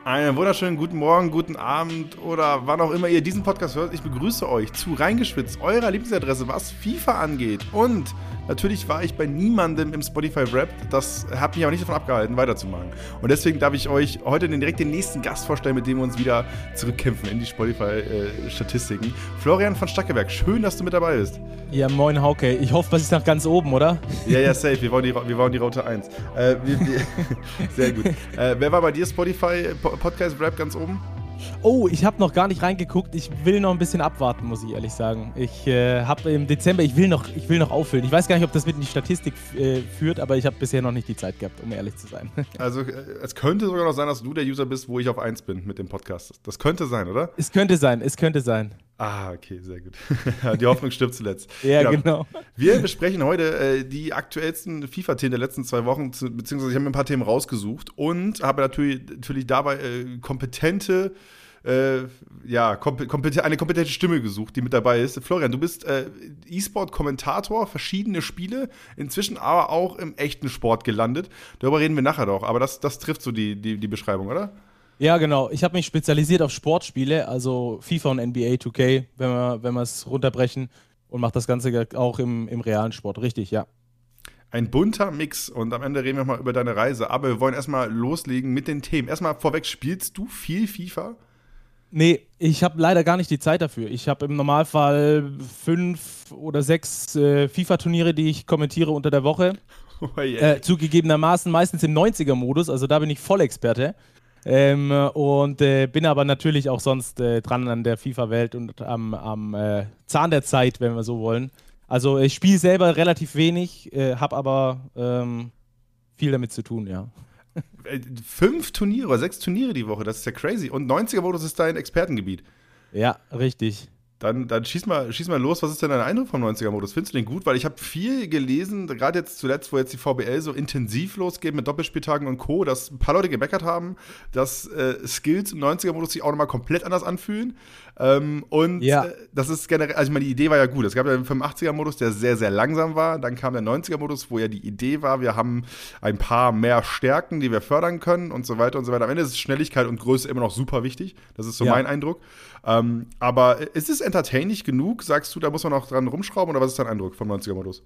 Einen wunderschönen guten Morgen, guten Abend oder wann auch immer ihr diesen Podcast hört. Ich begrüße euch zu Reingeschwitzt, eurer Lieblingsadresse, was FIFA angeht. Und natürlich war ich bei niemandem im Spotify-Rap. Das hat mich aber nicht davon abgehalten, weiterzumachen. Und deswegen darf ich euch heute direkt den nächsten Gast vorstellen, mit dem wir uns wieder zurückkämpfen in die Spotify-Statistiken. Florian von Stackelberg, schön, dass du mit dabei bist. Ja, moin Hauke. Ich hoffe, was ist nach ganz oben, oder? Ja, safe. Wir wollen die Raute 1. Sehr gut. Wer war bei dir Spotify-Podcast-Rap ganz oben? Oh, ich habe noch gar nicht reingeguckt. Ich will noch ein bisschen abwarten, muss ich ehrlich sagen. Ich habe im Dezember, ich will noch auffüllen. Ich weiß gar nicht, ob das mit in die Statistik führt, aber ich habe bisher noch nicht die Zeit gehabt, um ehrlich zu sein. Also es könnte sogar noch sein, dass du der User bist, wo ich auf 1 bin mit dem Podcast. Das könnte sein, oder? Es könnte sein. Ah, okay, sehr gut. Die Hoffnung stirbt zuletzt. Ja, genau. Wir besprechen heute die aktuellsten FIFA-Themen der letzten 2 Wochen, beziehungsweise ich habe mir ein paar Themen rausgesucht und habe natürlich dabei eine kompetente Stimme gesucht, die mit dabei ist. Florian, du bist E-Sport-Kommentator, verschiedene Spiele, inzwischen aber auch im echten Sport gelandet. Darüber reden wir nachher doch, aber das trifft so die Beschreibung, oder? Ja, genau. Ich habe mich spezialisiert auf Sportspiele, also FIFA und NBA 2K, wenn wir es runterbrechen, und mache das Ganze auch im realen Sport. Richtig, ja. Ein bunter Mix und am Ende reden wir mal über deine Reise. Aber wir wollen erstmal loslegen mit den Themen. Erstmal vorweg, spielst du viel FIFA? Nee, ich habe leider gar nicht die Zeit dafür. Ich habe im Normalfall 5 oder 6 FIFA-Turniere, die ich kommentiere unter der Woche. Oh, yeah. Zugegebenermaßen meistens im 90er-Modus, also da bin ich Vollexperte. Bin aber natürlich auch sonst dran an der FIFA-Welt und am Zahn der Zeit, wenn wir so wollen. Also ich spiele selber relativ wenig, habe aber viel damit zu tun, ja. 5 Turniere oder 6 Turniere die Woche, das ist ja crazy. Und 90er-Modus ist dein Expertengebiet. Ja, richtig. Dann schieß mal los. Was ist denn dein Eindruck vom 90er-Modus? Findest du den gut? Weil ich habe viel gelesen, gerade jetzt zuletzt, wo jetzt die VBL so intensiv losgeht mit Doppelspieltagen und Co., dass ein paar Leute gemeckert haben, dass Skills im 90er-Modus sich auch nochmal komplett anders anfühlen. Das ist generell, also ich meine, die Idee war ja gut. Es gab ja den 85er-Modus, der sehr, sehr langsam war. Dann kam der 90er-Modus, wo ja die Idee war, wir haben ein paar mehr Stärken, die wir fördern können und so weiter und so weiter. Am Ende ist Schnelligkeit und Größe immer noch super wichtig. Das ist so mein Eindruck. Aber ist es entertaining genug? Sagst du, da muss man noch dran rumschrauben oder was ist dein Eindruck vom 90er-Modus?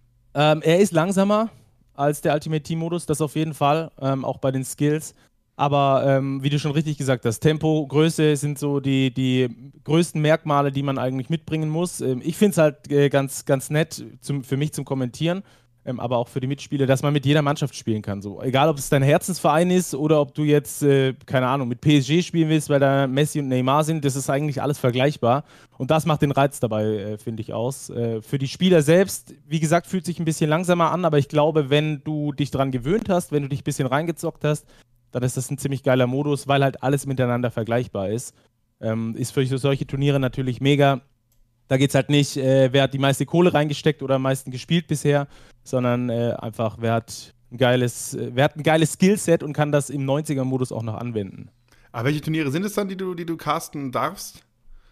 Er ist langsamer als der Ultimate Team-Modus, das auf jeden Fall, auch bei den Skills. Aber wie du schon richtig gesagt hast, Tempo, Größe sind so die größten Merkmale, die man eigentlich mitbringen muss. Ich finde es halt ganz nett für mich zum Kommentieren, aber auch für die Mitspieler, dass man mit jeder Mannschaft spielen kann. So. Egal, ob es dein Herzensverein ist oder ob du jetzt, keine Ahnung, mit PSG spielen willst, weil da Messi und Neymar sind, das ist eigentlich alles vergleichbar. Und das macht den Reiz dabei, finde ich, aus. Für die Spieler selbst, wie gesagt, fühlt sich ein bisschen langsamer an, aber ich glaube, wenn du dich daran gewöhnt hast, wenn du dich ein bisschen reingezockt hast, dann ist das ein ziemlich geiler Modus, weil halt alles miteinander vergleichbar ist. Ist für solche Turniere natürlich mega. Da geht es halt nicht, wer hat die meiste Kohle reingesteckt oder am meisten gespielt bisher, sondern einfach, wer hat ein geiles Skillset und kann das im 90er-Modus auch noch anwenden. Aber welche Turniere sind es dann, die du casten darfst?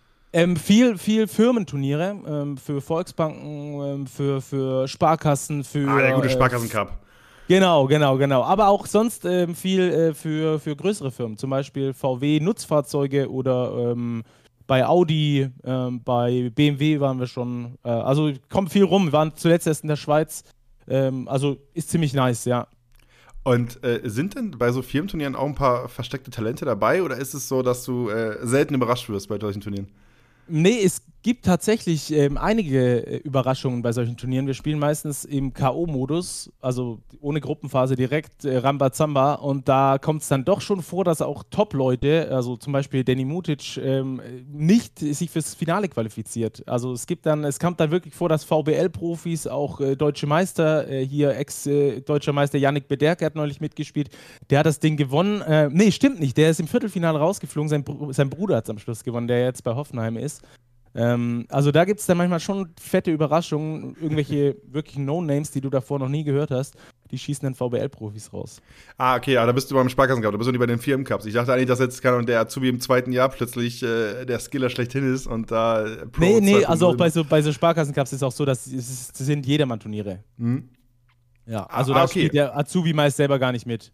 Viel Firmenturniere, für Volksbanken, für Sparkassen, für der gute Sparkassen-Cup. Genau. Aber auch sonst viel für größere Firmen, zum Beispiel VW Nutzfahrzeuge oder bei Audi, bei BMW waren wir schon. Also kommt viel rum. Wir waren zuletzt erst in der Schweiz. Also ist ziemlich nice, ja. Und sind denn bei so Firmenturnieren auch ein paar versteckte Talente dabei oder ist es so, dass du selten überrascht wirst bei solchen Turnieren? Nee, es gibt tatsächlich einige Überraschungen bei solchen Turnieren. Wir spielen meistens im K.O.-Modus, also ohne Gruppenphase direkt Rambazamba. Und da kommt es dann doch schon vor, dass auch Top-Leute, also zum Beispiel Danny Mutic, nicht sich fürs Finale qualifiziert. Also es kommt dann wirklich vor, dass VBL-Profis, auch deutsche Meister, hier Ex-deutscher Meister Yannick Bederke hat neulich mitgespielt, der hat das Ding gewonnen. Nee, stimmt nicht, der ist im Viertelfinale rausgeflogen. Sein Bruder hat es am Schluss gewonnen, der jetzt bei Hoffenheim ist. Also da gibt es dann manchmal schon fette Überraschungen, irgendwelche wirklichen No-Names, die du davor noch nie gehört hast, die schießen dann VBL-Profis raus. Ah, okay, aber da bist du beim Sparkassen-Cup, da bist du nicht bei den Firmencups. Ich dachte eigentlich, dass jetzt der Azubi im 2. Jahr plötzlich der Skiller schlechthin ist und da Pro Nee, also auch bei so Sparkassen-Cups ist es auch so, dass es sind Jedermann-Turniere. Ja, also da spielt der Azubi meist selber gar nicht mit.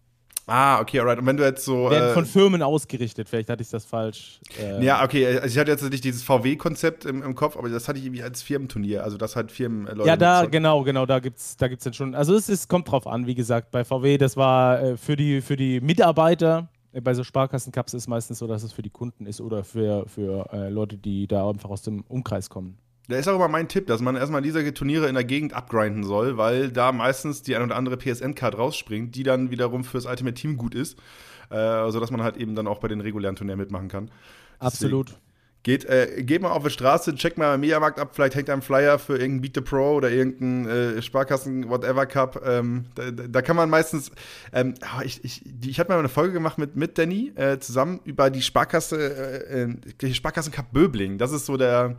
Ah, okay, alright. Und wenn du jetzt so. Werden von Firmen ausgerichtet, vielleicht hatte ich das falsch. Ja, okay, also ich hatte jetzt nicht dieses VW-Konzept im Kopf, aber das hatte ich irgendwie als Firmenturnier, also das halt Firmenleute. Ja, genau, da gibt's dann schon. Also kommt drauf an, wie gesagt, bei VW, das war für die Mitarbeiter. Bei so Sparkassencups ist es meistens so, dass es für die Kunden ist oder für Leute, die da einfach aus dem Umkreis kommen. Da ist auch immer mein Tipp, dass man erstmal diese Turniere in der Gegend abgrinden soll, weil da meistens die ein oder andere PSN-Card rausspringt, die dann wiederum fürs Ultimate Team gut ist, sodass man halt eben dann auch bei den regulären Turnieren mitmachen kann. Absolut. Geht mal auf die Straße, checkt mal beim Mediamarkt ab, vielleicht hängt da ein Flyer für irgendeinen Beat the Pro oder irgendeinen Sparkassen-Whatever-Cup. Da kann man meistens, ich hatte mal eine Folge gemacht mit Danny zusammen über die Sparkassen-Cup Böbling. Das ist so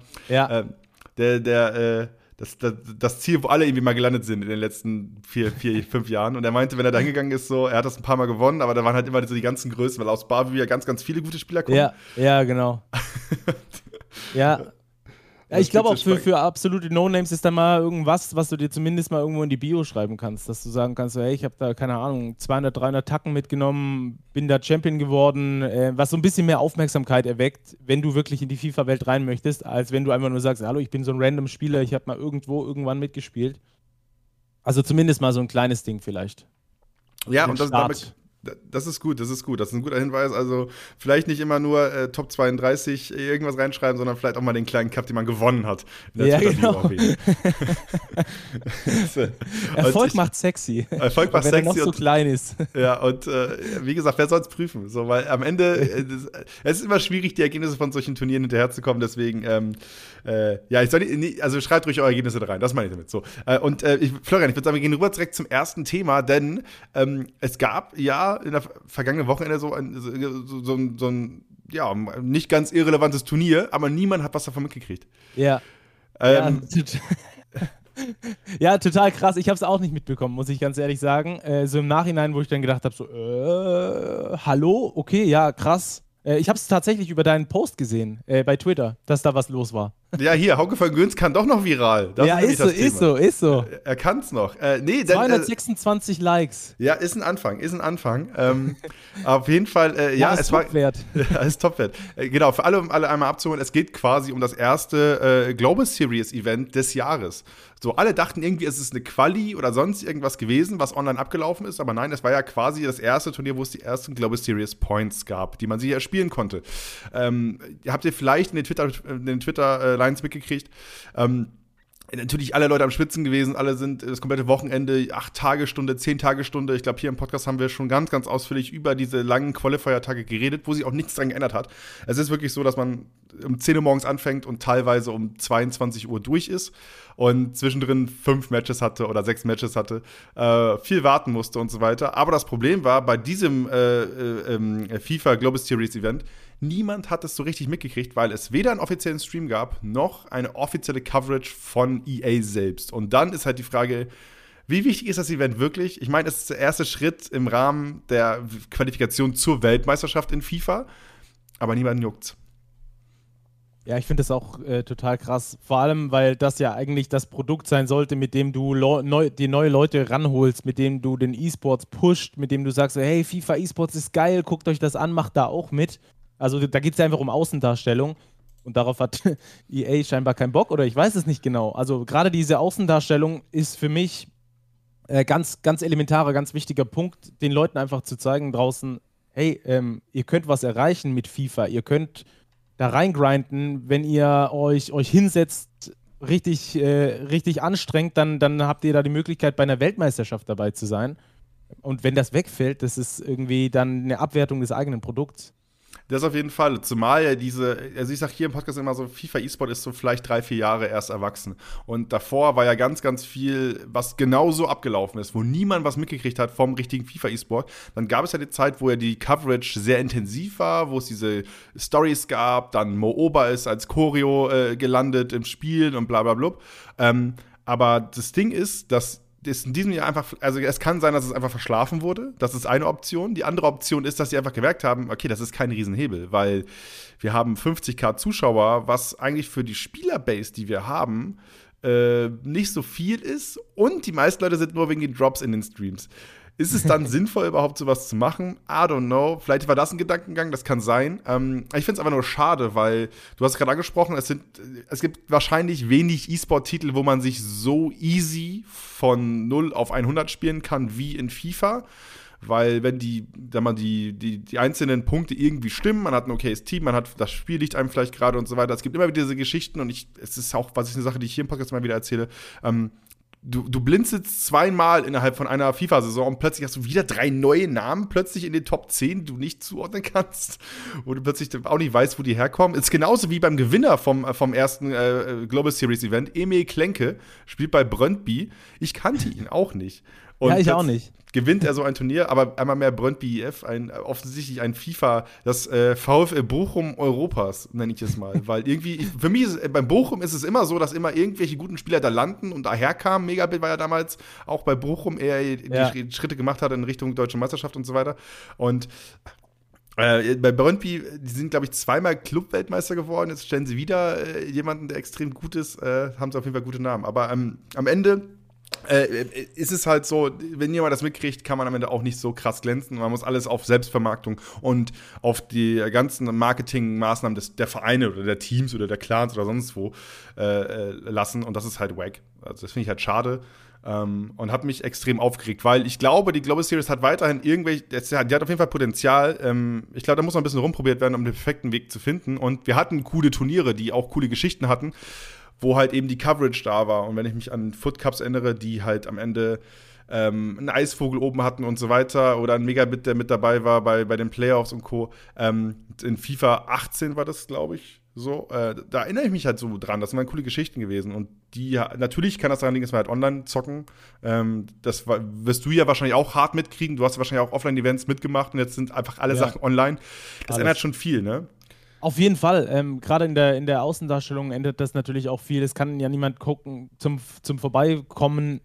das Ziel, wo alle irgendwie mal gelandet sind in den letzten 5 Jahren. Und er meinte, wenn er da hingegangen ist, so, er hat das ein paar Mal gewonnen, aber da waren halt immer so die ganzen Größen, weil aus Barbie ja ganz, ganz viele gute Spieler kommen. Ja, genau. Ja. Ja, ich glaube auch für absolute No-Names ist da mal irgendwas, was du dir zumindest mal irgendwo in die Bio schreiben kannst, dass du sagen kannst, so, hey, ich habe da, keine Ahnung, 200, 300 Tacken mitgenommen, bin da Champion geworden, was so ein bisschen mehr Aufmerksamkeit erweckt, wenn du wirklich in die FIFA-Welt rein möchtest, als wenn du einfach nur sagst, hallo, ich bin so ein random Spieler, ich habe mal irgendwann mitgespielt. Also zumindest mal so ein kleines Ding vielleicht. Ja, und das ist gut, das ist ein guter Hinweis. Also vielleicht nicht immer nur Top 32 irgendwas reinschreiben, sondern vielleicht auch mal den kleinen Cup, den man gewonnen hat. Ja, genau. Erfolg macht sexy. Erfolg macht wenn sexy. Er noch so klein ist. Ja, und wie gesagt, wer soll es prüfen? So, weil am Ende, es ist immer schwierig, die Ergebnisse von solchen Turnieren hinterherzukommen. Deswegen, also schreibt ruhig eure Ergebnisse da rein. Das meine ich damit. So. Florian, ich würde sagen, wir gehen rüber direkt zum ersten Thema, denn es gab ja in der vergangenen Wochenende so ein nicht ganz irrelevantes Turnier, aber niemand hat was davon mitgekriegt. Ja. Ja, total krass. Ich habe es auch nicht mitbekommen, muss ich ganz ehrlich sagen. So im Nachhinein, wo ich dann gedacht habe, so, hallo? Okay, ja, krass. Ich habe es tatsächlich über deinen Post gesehen, bei Twitter, dass da was los war. Ja, hier, Hauke van Göns kann doch noch viral. Das ist so. Er kann es noch. 226 Likes. Ja, ist ein Anfang. Auf jeden Fall, es war Topwert. Ja, ist Topwert. Genau, für alle einmal abzuholen, es geht quasi um das erste Global Series Event des Jahres. So, alle dachten irgendwie, es ist eine Quali oder sonst irgendwas gewesen, was online abgelaufen ist, aber nein, es war ja quasi das erste Turnier, wo es die ersten Global Series Points gab, die man sich erspielen konnte. Habt ihr vielleicht in den Twitter-Lines mitgekriegt? Natürlich alle Leute am Schwitzen gewesen, alle sind das komplette Wochenende, 8-Tage-Stunde, 10-Tage-Stunde. Ich glaube, hier im Podcast haben wir schon ganz, ganz ausführlich über diese langen Qualifier-Tage geredet, wo sich auch nichts dran geändert hat. Es ist wirklich so, dass man um 10 Uhr morgens anfängt und teilweise um 22 Uhr durch ist und zwischendrin 5 Matches hatte oder 6 Matches hatte, viel warten musste und so weiter. Aber das Problem war, bei diesem FIFA Global Series Event, niemand hat es so richtig mitgekriegt, weil es weder einen offiziellen Stream gab, noch eine offizielle Coverage von EA selbst. Und dann ist halt die Frage, wie wichtig ist das Event wirklich? Ich meine, es ist der erste Schritt im Rahmen der Qualifikation zur Weltmeisterschaft in FIFA, aber niemanden juckt's. Ja, ich finde das auch total krass. Vor allem, weil das ja eigentlich das Produkt sein sollte, mit dem du die neue Leute ranholst, mit dem du den E-Sports pusht, mit dem du sagst, hey, FIFA E-Sports ist geil, guckt euch das an, macht da auch mit. Also da geht es ja einfach um Außendarstellung und darauf hat EA scheinbar keinen Bock oder ich weiß es nicht genau. Also gerade diese Außendarstellung ist für mich ganz, ganz elementarer, ganz wichtiger Punkt, den Leuten einfach zu zeigen draußen, hey, ihr könnt was erreichen mit FIFA, ihr könnt da reingrinden, wenn ihr euch hinsetzt, richtig anstrengt, dann habt ihr da die Möglichkeit, bei einer Weltmeisterschaft dabei zu sein. Und wenn das wegfällt, das ist irgendwie dann eine Abwertung des eigenen Produkts. Das auf jeden Fall. Zumal ja also ich sag hier im Podcast immer so, FIFA E-Sport ist so vielleicht 3-4 Jahre erst erwachsen. Und davor war ja ganz, ganz viel, was genauso abgelaufen ist, wo niemand was mitgekriegt hat vom richtigen FIFA E-Sport. Dann gab es ja die Zeit, wo ja die Coverage sehr intensiv war, wo es diese Stories gab, dann Mo Ober ist als Choreo gelandet im Spiel und bla bla blub. Aber das Ding ist, dass ist in diesem Jahr einfach, also es kann sein, dass es einfach verschlafen wurde. Das ist eine Option. Die andere Option ist, dass sie einfach gemerkt haben, okay, das ist kein Riesenhebel, weil wir haben 50.000 Zuschauer, was eigentlich für die Spielerbase, die wir haben, nicht so viel ist und die meisten Leute sind nur wegen den Drops in den Streams. Ist es dann sinnvoll, überhaupt sowas zu machen? I don't know. Vielleicht war das ein Gedankengang, das kann sein. Ich finde es aber nur schade, weil du hast gerade angesprochen, es gibt wahrscheinlich wenig E-Sport-Titel, wo man sich so easy von 0 auf 100 spielen kann wie in FIFA. Weil wenn die einzelnen Punkte irgendwie stimmen, man hat ein okayes Team, man hat das Spiel liegt einem vielleicht gerade und so weiter. Es gibt immer wieder diese Geschichten und es ist auch, was ich eine Sache, die ich hier im Podcast mal wieder erzähle, Du blinzelst zweimal innerhalb von einer FIFA-Saison und plötzlich hast du wieder 3 neue Namen plötzlich in den Top 10, die du nicht zuordnen kannst, wo du plötzlich auch nicht weißt, wo die herkommen. Ist genauso wie beim Gewinner vom ersten Global Series Event, Emil Klenke, spielt bei Brøndby. Ich kannte ihn auch nicht. Und ja, ich auch nicht. Gewinnt er so ein Turnier, aber einmal mehr Brøndby IF, offensichtlich ein FIFA, das VfL Bochum Europas, nenne ich es mal. Weil irgendwie, für mich beim Bochum ist es immer so, dass immer irgendwelche guten Spieler da landen und daherkamen. Megabit war ja damals auch bei Bochum eher die Schritte gemacht hat in Richtung Deutsche Meisterschaft und so weiter. Und bei Brøndby, die sind, glaube ich, 2-mal Club-Weltmeister geworden. Jetzt stellen sie wieder jemanden, der extrem gut ist. Haben sie auf jeden Fall gute Namen. Aber am Ende ist es halt so, wenn jemand das mitkriegt, kann man am Ende auch nicht so krass glänzen. Man muss alles auf Selbstvermarktung und auf die ganzen Marketingmaßnahmen der Vereine oder der Teams oder der Clans oder sonst wo lassen. Und das ist halt wack. Also das finde ich halt schade. Und hat mich extrem aufgeregt, weil ich glaube, die Global Series hat weiterhin die hat auf jeden Fall Potenzial. Ich glaube, da muss noch ein bisschen rumprobiert werden, um den perfekten Weg zu finden. Und wir hatten coole Turniere, die auch coole Geschichten hatten, wo halt eben die Coverage da war. Und wenn ich mich an Foot Cups erinnere, die halt am Ende einen Eisvogel oben hatten und so weiter, oder ein Megabit, der mit dabei war bei den Playoffs und Co. In FIFA 18 war das, glaube ich, so. Da erinnere ich mich halt so dran. Das sind mal coole Geschichten gewesen. Und natürlich kann das daran liegen, dass wir halt online zocken. Wirst du ja wahrscheinlich auch hart mitkriegen. Du hast wahrscheinlich auch Offline-Events mitgemacht und jetzt sind einfach alle Sachen online. Das ändert schon viel, ne? Auf jeden Fall. Gerade in der Außendarstellung ändert das natürlich auch viel. Es kann ja niemand gucken, zum Vorbeigucken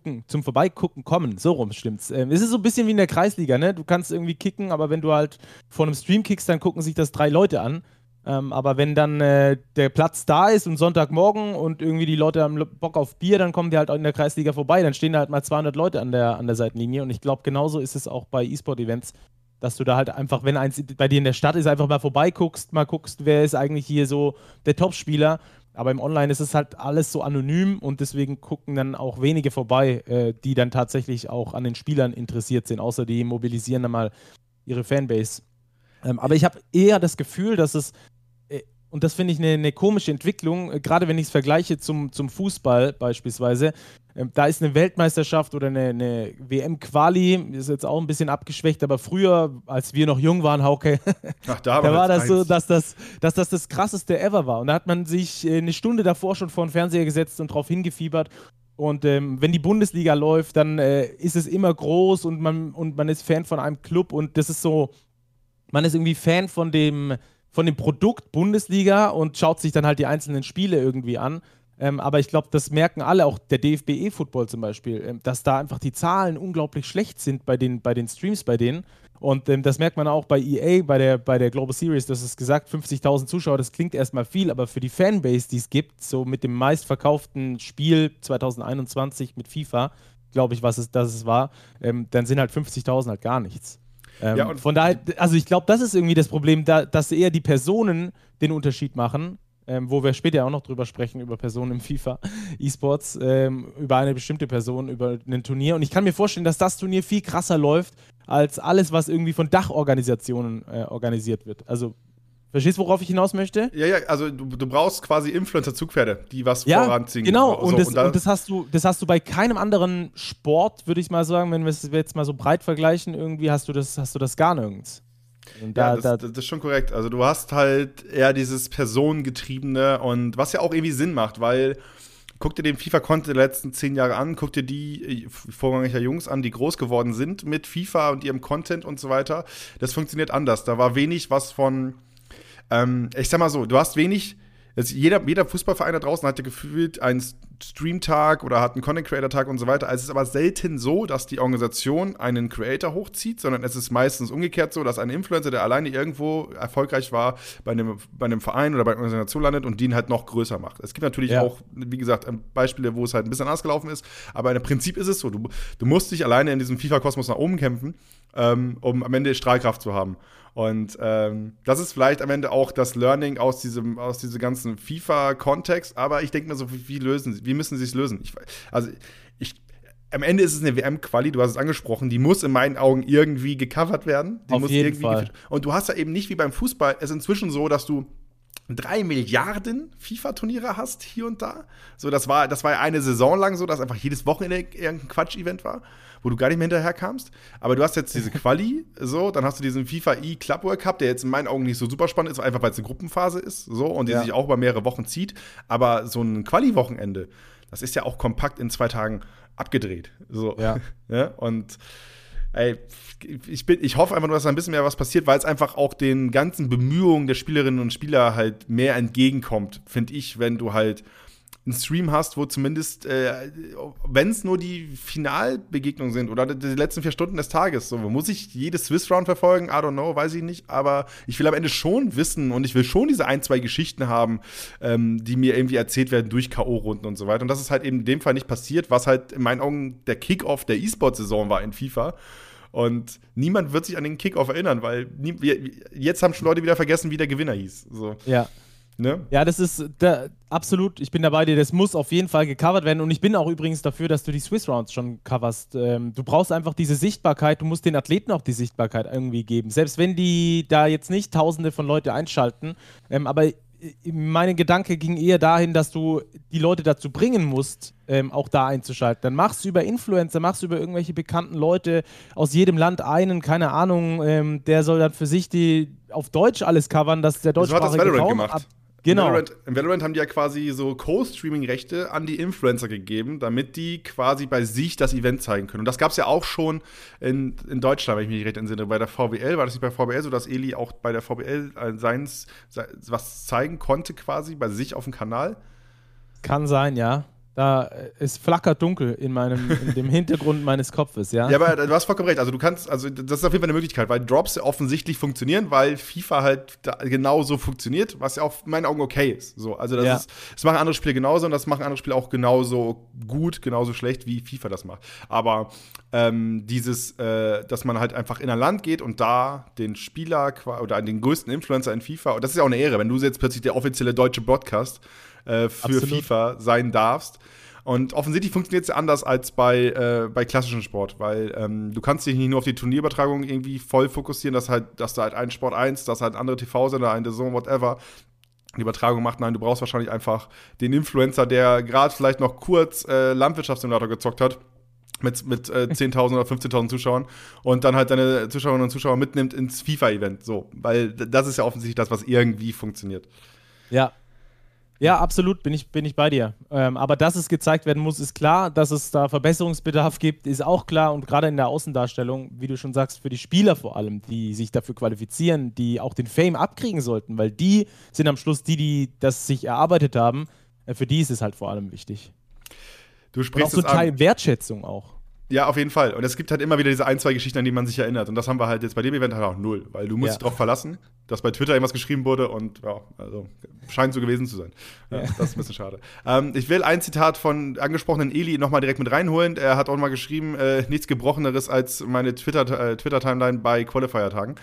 kommen. So rum stimmt's. Es ist so ein bisschen wie in der Kreisliga, ne? Du kannst irgendwie kicken, aber wenn du halt vor einem Stream kickst, dann gucken sich das 3 Leute an. Aber wenn dann der Platz da ist und Sonntagmorgen und irgendwie die Leute haben Bock auf Bier, dann kommen die halt auch in der Kreisliga vorbei. Dann stehen da halt mal 200 Leute an der Seitenlinie. Und ich glaube, genauso ist es auch bei E-Sport-Events, dass du da halt einfach, wenn eins bei dir in der Stadt ist, einfach mal vorbeiguckst, wer ist eigentlich hier so der Topspieler. Aber im Online ist es halt alles so anonym und deswegen gucken dann auch wenige vorbei, die dann tatsächlich auch an den Spielern interessiert sind, außer die mobilisieren dann mal ihre Fanbase. Aber ich habe eher das Gefühl, dass es, und das finde ich eine komische Entwicklung, gerade wenn ich es vergleiche zum Fußball beispielsweise, da ist eine Weltmeisterschaft oder eine WM-Quali, ist jetzt auch ein bisschen abgeschwächt, aber früher, als wir noch jung waren, Hauke, da war das so, dass das krasseste ever war. Und da hat man sich eine Stunde davor schon vor den Fernseher gesetzt und drauf hingefiebert. Und wenn die Bundesliga läuft, dann ist es immer groß und man ist Fan von einem Club und das ist so, man ist irgendwie Fan von dem Produkt Bundesliga und schaut sich dann halt die einzelnen Spiele irgendwie an. Aber ich glaube, das merken alle, auch der DFB E-Football zum Beispiel, dass da einfach die Zahlen unglaublich schlecht sind bei den Streams bei denen. Und das merkt man auch bei EA, bei der Global Series, das ist gesagt, 50.000 Zuschauer, das klingt erstmal viel, aber für die Fanbase, die es gibt, so mit dem meistverkauften Spiel 2021 mit FIFA, glaube ich, das es war, dann sind halt 50.000 halt gar nichts. Und von daher, also ich glaube, das ist irgendwie das Problem, dass eher die Personen den Unterschied machen, wo wir später auch noch drüber sprechen, über Personen im FIFA E-Sports, über eine bestimmte Person, über ein Turnier. Und ich kann mir vorstellen, dass das Turnier viel krasser läuft, als alles, was irgendwie von Dachorganisationen organisiert wird. Also, verstehst du, worauf ich hinaus möchte? Ja, also du brauchst quasi Influencer-Zugpferde, die was voranziehen. Genau, und das hast du bei keinem anderen Sport, würde ich mal sagen, wenn wir es jetzt mal so breit vergleichen, irgendwie hast du das gar nirgends. Das ist schon korrekt. Also du hast halt eher dieses Personengetriebene und was ja auch irgendwie Sinn macht, weil guck dir den FIFA-Content der letzten 10 Jahre an, guck dir die vorrangiger Jungs an, die groß geworden sind mit FIFA und ihrem Content und so weiter. Das funktioniert anders. Da war wenig was von, ich sag mal so, du hast wenig Jetzt jeder Fußballverein da draußen hat ja gefühlt einen Stream-Tag oder hat einen Content-Creator-Tag und so weiter. Also es ist aber selten so, dass die Organisation einen Creator hochzieht, sondern es ist meistens umgekehrt so, dass ein Influencer, der alleine irgendwo erfolgreich war, bei einem Verein oder bei einer Organisation landet und den halt noch größer macht. Es gibt natürlich auch, wie gesagt, Beispiele, wo es halt ein bisschen anders gelaufen ist, aber im Prinzip ist es so, du musst dich alleine in diesem FIFA-Kosmos nach oben kämpfen, um am Ende Strahlkraft zu haben. Und das ist vielleicht am Ende auch das Learning aus diesem ganzen FIFA-Kontext. Aber ich denke mir so, wie müssen sie es lösen? Am Ende ist es eine WM-Quali, du hast es angesprochen, die muss in meinen Augen irgendwie gecovert werden. Die Auf muss jeden irgendwie Fall. Und du hast ja eben nicht wie beim Fußball, es ist inzwischen so, dass du 3 Milliarden FIFA-Turniere hast hier und da. So, das war ja eine Saison lang so, dass einfach jedes Wochenende irgendein Quatsch-Event war, wo du gar nicht mehr hinterherkamst. Aber du hast jetzt diese Quali, so, dann hast du diesen FIFA E-Club World Cup, der jetzt in meinen Augen nicht so super spannend ist, einfach weil es eine Gruppenphase ist, so, und die sich auch über mehrere Wochen zieht. Aber so ein Quali-Wochenende, das ist ja auch kompakt in 2 Tagen abgedreht. So. Ja. Ja, und ey, ich hoffe einfach nur, dass da ein bisschen mehr was passiert, weil es einfach auch den ganzen Bemühungen der Spielerinnen und Spieler halt mehr entgegenkommt, finde ich, wenn du halt einen Stream hast, wo zumindest, wenn es nur die Finalbegegnungen sind oder die letzten 4 Stunden des Tages, so, muss ich jedes Swiss-Round verfolgen? I don't know, weiß ich nicht, aber ich will am Ende schon wissen und ich will schon diese 1, 2 Geschichten haben, die mir irgendwie erzählt werden durch K.O.-Runden und so weiter. Und das ist halt eben in dem Fall nicht passiert, was halt in meinen Augen der Kick-Off der E-Sport-Saison war in FIFA. Und niemand wird sich an den Kick-Off erinnern, weil jetzt haben schon Leute wieder vergessen, wie der Gewinner hieß. So. Ja. Ne? Ja, das ist absolut, ich bin da bei dir, das muss auf jeden Fall gecovert werden und ich bin auch übrigens dafür, dass du die Swiss Rounds schon coverst. Du brauchst einfach diese Sichtbarkeit, du musst den Athleten auch die Sichtbarkeit irgendwie geben. Selbst wenn die da jetzt nicht Tausende von Leute einschalten, aber mein Gedanke ging eher dahin, dass du die Leute dazu bringen musst, auch da einzuschalten. Dann machst du über Influencer, machst du über irgendwelche bekannten Leute aus jedem Land einen, keine Ahnung, der soll dann für sich die auf Deutsch alles covern, dass der deutschsprachige So hat das Valorant Raum gemacht. Genau. Im Valorant haben die ja quasi so Co-Streaming-Rechte an die Influencer gegeben, damit die quasi bei sich das Event zeigen können. Und das gab es ja auch schon in Deutschland, wenn ich mich recht entsinne. Bei der VWL, war das nicht bei VWL so, dass Eli auch bei der VWL was zeigen konnte quasi bei sich auf dem Kanal? Kann sein, ja. Da es flackert dunkel in dem Hintergrund meines Kopfes, ja. Ja, aber du hast vollkommen recht. Also das ist auf jeden Fall eine Möglichkeit, weil Drops offensichtlich funktionieren, weil FIFA halt genauso funktioniert, was ja auch in meinen Augen okay ist. So, also das machen andere Spiele genauso und das machen andere Spiele auch genauso gut, genauso schlecht, wie FIFA das macht. Aber dass man halt einfach in ein Land geht und da den Spieler oder den größten Influencer in FIFA, und das ist ja auch eine Ehre, wenn du jetzt plötzlich der offizielle deutsche Broadcast für Absolut. FIFA sein darfst. Und offensichtlich funktioniert es ja anders als bei klassischem Sport, weil du kannst dich nicht nur auf die Turnierübertragung irgendwie voll fokussieren, dass da halt ein Sport 1, dass halt andere TV-Sender, ein DAZN, whatever, die Übertragung macht. Nein, du brauchst wahrscheinlich einfach den Influencer, der gerade vielleicht noch kurz Landwirtschaftssimulator gezockt hat, mit 10.000 oder 15.000 Zuschauern und dann halt deine Zuschauerinnen und Zuschauer mitnimmt ins FIFA-Event. So, weil das ist ja offensichtlich das, was irgendwie funktioniert. Ja. Ja, absolut, bin ich bei dir. Aber dass es gezeigt werden muss, ist klar. Dass es da Verbesserungsbedarf gibt, ist auch klar. Und gerade in der Außendarstellung, wie du schon sagst, für die Spieler vor allem, die sich dafür qualifizieren, die auch den Fame abkriegen sollten, weil die sind am Schluss die das sich erarbeitet haben. Für die ist es halt vor allem wichtig. Du sprichst und auch so ein Teil Wertschätzung auch. Ja, auf jeden Fall. Und es gibt halt immer wieder diese 1, 2 Geschichten, an die man sich erinnert. Und das haben wir halt jetzt bei dem Event halt auch 0. Weil du musst dich darauf verlassen, dass bei Twitter irgendwas geschrieben wurde und ja, also scheint so gewesen zu sein. Ja, das ist ein bisschen schade. Ich will ein Zitat von angesprochenen Eli nochmal direkt mit reinholen. Er hat auch mal geschrieben, nichts Gebrocheneres als meine Twitter-Timeline bei Qualifier-Tagen.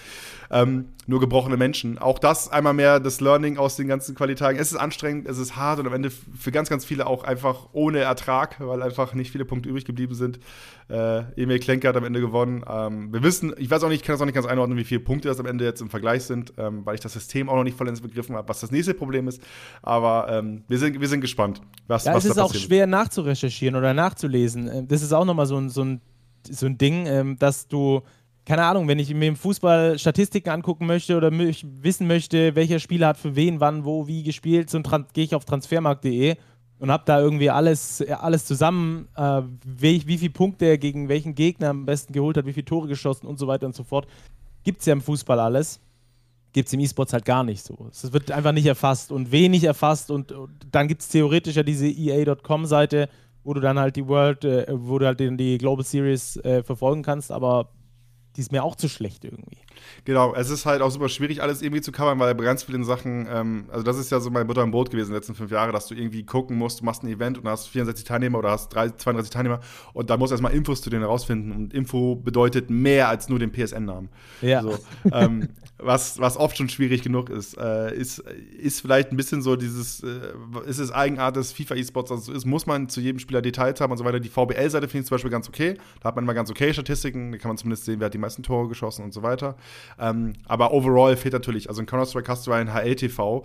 Nur gebrochene Menschen. Auch das einmal mehr das Learning aus den ganzen Qualitagen. Es ist anstrengend, es ist hart und am Ende für ganz, ganz viele auch einfach ohne Ertrag, weil einfach nicht viele Punkte übrig geblieben sind. Emil Klenke hat am Ende gewonnen. Wir wissen, ich weiß auch nicht, ich kann das auch nicht ganz einordnen, wie viele Punkte das am Ende jetzt im Vergleich sind, weil ich das System auch noch nicht vollends begriffen habe, was das nächste Problem ist. Aber wir sind gespannt, was da passiert. Es ist auch schwer nachzurecherchieren oder nachzulesen. Das ist auch nochmal so ein Ding, dass du, keine Ahnung, wenn ich mir im Fußball Statistiken angucken möchte oder wissen möchte, welcher Spieler hat für wen, wann, wo, wie gespielt, gehe ich auf transfermarkt.de und habe da irgendwie alles zusammen, wie viele Punkte er gegen welchen Gegner am besten geholt hat, wie viele Tore geschossen und so weiter und so fort. Gibt es ja im Fußball alles. gibt es im E-Sports halt gar nicht so. Es wird einfach nicht erfasst und wenig erfasst und dann gibt es theoretisch ja diese EA.com-Seite, wo du dann halt wo du halt die Global Series verfolgen kannst, aber die ist mir auch zu schlecht irgendwie. Genau, es ist halt auch super schwierig, alles irgendwie zu covern, weil bei ganz vielen Sachen, also das ist ja so mein Butter im Brot gewesen in den letzten 5 Jahren, dass du irgendwie gucken musst, du machst ein Event und hast 64 Teilnehmer oder hast 32 Teilnehmer und da musst du erstmal Infos zu denen herausfinden und Info bedeutet mehr als nur den PSN-Namen. Ja. So, was oft schon schwierig genug ist. Ist vielleicht ein bisschen so dieses, ist es Eigenart des FIFA-E-Sports, also ist, muss man zu jedem Spieler Details haben und so weiter. Die VBL-Seite finde ich zum Beispiel ganz okay. Da hat man immer ganz okay Statistiken, da kann man zumindest sehen, wer hat die meisten Tore geschossen und so weiter. Aber overall fehlt natürlich, also in Counter-Strike hast du ein HL-TV,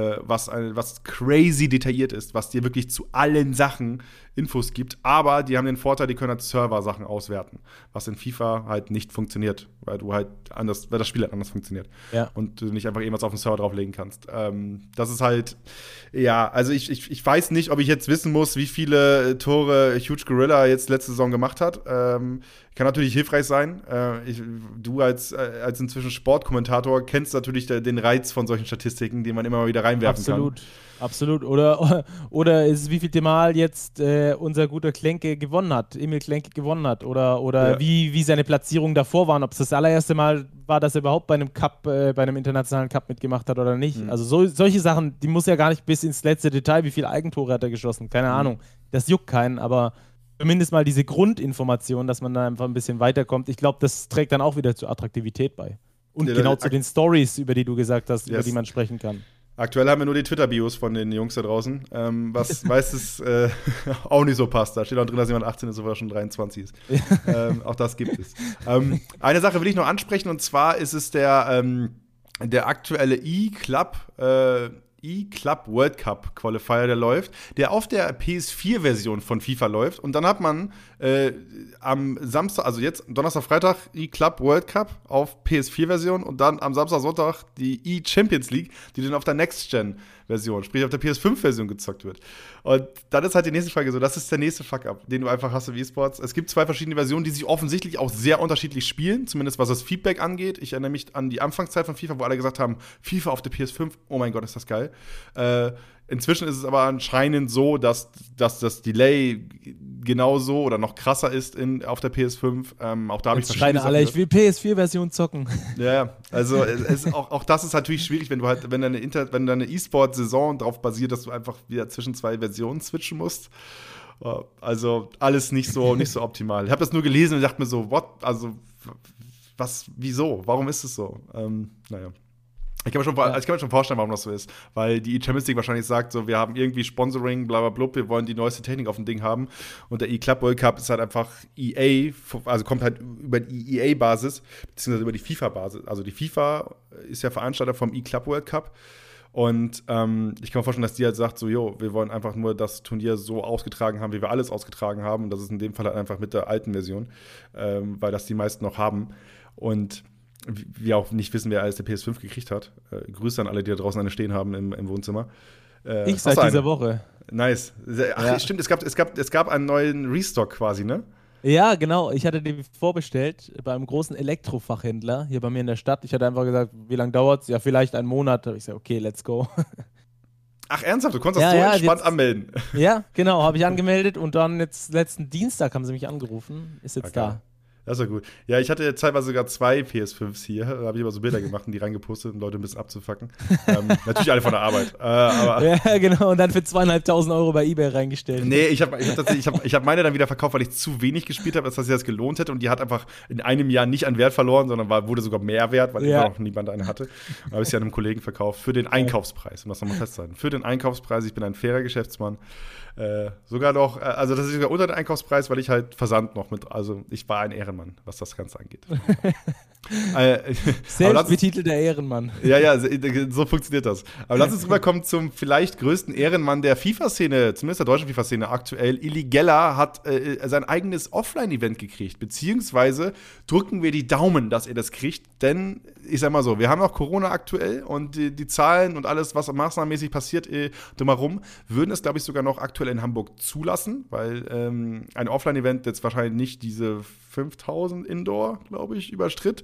was crazy detailliert ist, was dir wirklich zu allen Sachen Infos gibt, aber die haben den Vorteil, die können halt Server-Sachen auswerten, was in FIFA halt nicht funktioniert, weil das Spiel halt anders funktioniert. Ja. Und du nicht einfach irgendwas auf den Server drauflegen kannst. Das ist halt, ja, also ich weiß nicht, ob ich jetzt wissen muss, wie viele Tore Huge Gorilla jetzt letzte Saison gemacht hat. Kann natürlich hilfreich sein. Du als inzwischen Sportkommentator kennst natürlich den Reiz von solchen Statistiken, die man immer mal wieder reinwerfen kann. Absolut. Oder ist wie viel Mal jetzt unser guter Klenke gewonnen hat, Emil Klenke gewonnen hat. Oder ja. wie seine Platzierungen davor waren. Ob es das allererste Mal war, dass er überhaupt bei einem Cup, bei einem internationalen Cup mitgemacht hat oder nicht. Also solche Sachen, die muss ja gar nicht bis ins letzte Detail, wie viele Eigentore hat er geschossen. Keine Ahnung. Das juckt keinen, aber zumindest mal diese Grundinformation, dass man da einfach ein bisschen weiterkommt. Ich glaube, das trägt dann auch wieder zur Attraktivität bei. Und genau zu den Stories, über die du gesagt hast, über die man sprechen kann. Aktuell haben wir nur die Twitter-Bios von den Jungs da draußen, was meistens auch nicht so passt. Da steht auch drin, dass jemand 18 ist, obwohl er schon 23 ist. Auch das gibt es. Eine Sache will ich noch ansprechen, und zwar ist es der aktuelle E-Club World Cup Qualifier, der läuft, der auf der PS4-Version von FIFA läuft. Und dann hat man am Samstag, also jetzt Donnerstag, Freitag, E-Club World Cup auf PS4-Version und dann am Samstag, Sonntag die E-Champions League, die dann auf der Next-Gen-Version, sprich auf der PS5-Version gezockt wird. Und dann ist halt die nächste Frage so, das ist der nächste Fuck-Up, den du einfach hast im E-Sports. Es gibt 2 verschiedene Versionen, die sich offensichtlich auch sehr unterschiedlich spielen, zumindest was das Feedback angeht. Ich erinnere mich an die Anfangszeit von FIFA, wo alle gesagt haben, FIFA auf der PS5, oh mein Gott, ist das geil. Inzwischen ist es aber anscheinend so, dass das Delay genauso oder noch krasser ist auf der PS5. Auch da habe ich verschiedene Sachen. Ich will PS4-Version zocken. Ja, also auch das ist natürlich schwierig, wenn deine E-Sport-Saison darauf basiert, dass du einfach wieder zwischen 2 Versionen switchen musst. Also alles nicht so optimal. Ich habe das nur gelesen und dachte mir so, wieso? Warum ist es so? Naja. Ich kann mir schon vorstellen, warum das so ist. Weil die E-Champions League wahrscheinlich sagt, so, wir haben irgendwie Sponsoring, bla bla bla, wir wollen die neueste Technik auf dem Ding haben. Und der E-Club World Cup ist halt einfach EA, also kommt halt über die EA-Basis, beziehungsweise über die FIFA-Basis. Also die FIFA ist ja Veranstalter vom E-Club World Cup. Und ich kann mir vorstellen, dass die halt sagt, so, wir wollen einfach nur das Turnier so ausgetragen haben, wie wir alles ausgetragen haben. Und das ist in dem Fall halt einfach mit der alten Version, weil das die meisten noch haben. Und wir auch nicht wissen, wer alles der PS5 gekriegt hat. Grüße an alle, die da draußen eine stehen haben im Wohnzimmer. Ich seit dieser Woche. Nice. Ach, ja. Stimmt, es gab einen neuen Restock quasi, ne? Ja, genau. Ich hatte den vorbestellt bei einem großen Elektrofachhändler hier bei mir in der Stadt. Ich hatte einfach gesagt, wie lange dauert es? Ja, vielleicht einen Monat. Da habe ich gesagt, okay, let's go. Ach, ernsthaft? Du konntest das so entspannt anmelden? Ja, genau. Habe ich angemeldet und dann jetzt letzten Dienstag haben sie mich angerufen. Ist jetzt da. Das ist ja gut. Ja, ich hatte zeitweise sogar 2 PS5s hier. Da habe ich aber so Bilder gemacht und die reingepostet, um Leute ein bisschen abzufacken. Natürlich alle von der Arbeit. Aber ja, genau. Und dann für 2.500 € bei eBay reingestellt. Nee, ich hab meine dann wieder verkauft, weil ich zu wenig gespielt habe, als dass sich das gelohnt hätte. Und die hat einfach in einem Jahr nicht an Wert verloren, sondern wurde sogar mehr wert, weil immer noch niemand eine hatte. Da habe ich sie an einem Kollegen verkauft. Für den Einkaufspreis, um das nochmal festzuhalten. Für den Einkaufspreis. Ich bin ein fairer Geschäftsmann. Sogar noch, also das ist sogar unter den Einkaufspreis, weil ich halt Versand noch also ich war ein Ehrenmann, was das Ganze angeht. Selbstbetitelter Ehrenmann. Ja, so funktioniert das. Aber lass uns rüberkommen zum vielleicht größten Ehrenmann der FIFA-Szene, zumindest der deutschen FIFA-Szene aktuell. Illy Geller hat sein eigenes Offline-Event gekriegt, beziehungsweise drücken wir die Daumen, dass er das kriegt, denn ich sag mal so, wir haben auch Corona aktuell und die Zahlen und alles, was maßnahmenmäßig passiert drumherum, würden es, glaube ich, sogar noch aktuell in Hamburg zulassen, weil ein Offline-Event jetzt wahrscheinlich nicht diese 5.000 Indoor, glaube ich, überstritt.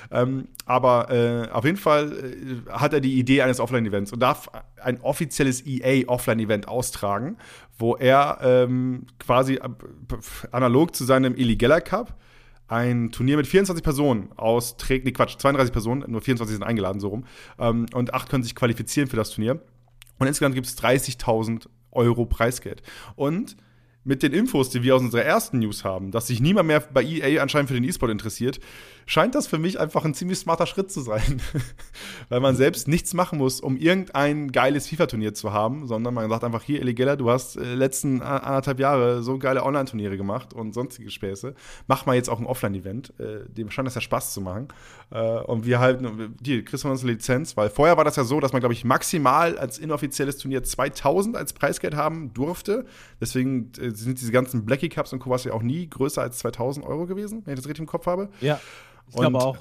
Aber auf jeden Fall hat er die Idee eines Offline-Events und darf ein offizielles EA-Offline-Event austragen, wo er quasi analog zu seinem Illegella Cup ein Turnier mit 24 Personen austrägt, 32 Personen, nur 24 sind eingeladen, so rum. Und 8 können sich qualifizieren für das Turnier. Und insgesamt gibt es 30.000 Euro Preisgeld. Und mit den Infos, die wir aus unserer ersten News haben, dass sich niemand mehr bei EA anscheinend für den E-Sport interessiert, scheint das für mich einfach ein ziemlich smarter Schritt zu sein. Weil man selbst nichts machen muss, um irgendein geiles FIFA-Turnier zu haben, sondern man sagt einfach, hier, Illegella, du hast letzten 1,5 Jahre so geile Online-Turniere gemacht und sonstige Späße. Mach mal jetzt auch ein Offline-Event. Dem scheint das ja Spaß zu machen. Und wir halten, hier, kriegst du uns eine Lizenz, weil vorher war das ja so, dass man, glaube ich, maximal als inoffizielles Turnier 2.000 als Preisgeld haben durfte. Deswegen sind diese ganzen Blackie Cups und sowas ja auch nie größer als 2.000 Euro gewesen, wenn ich das richtig im Kopf habe. Ja, ich glaube auch.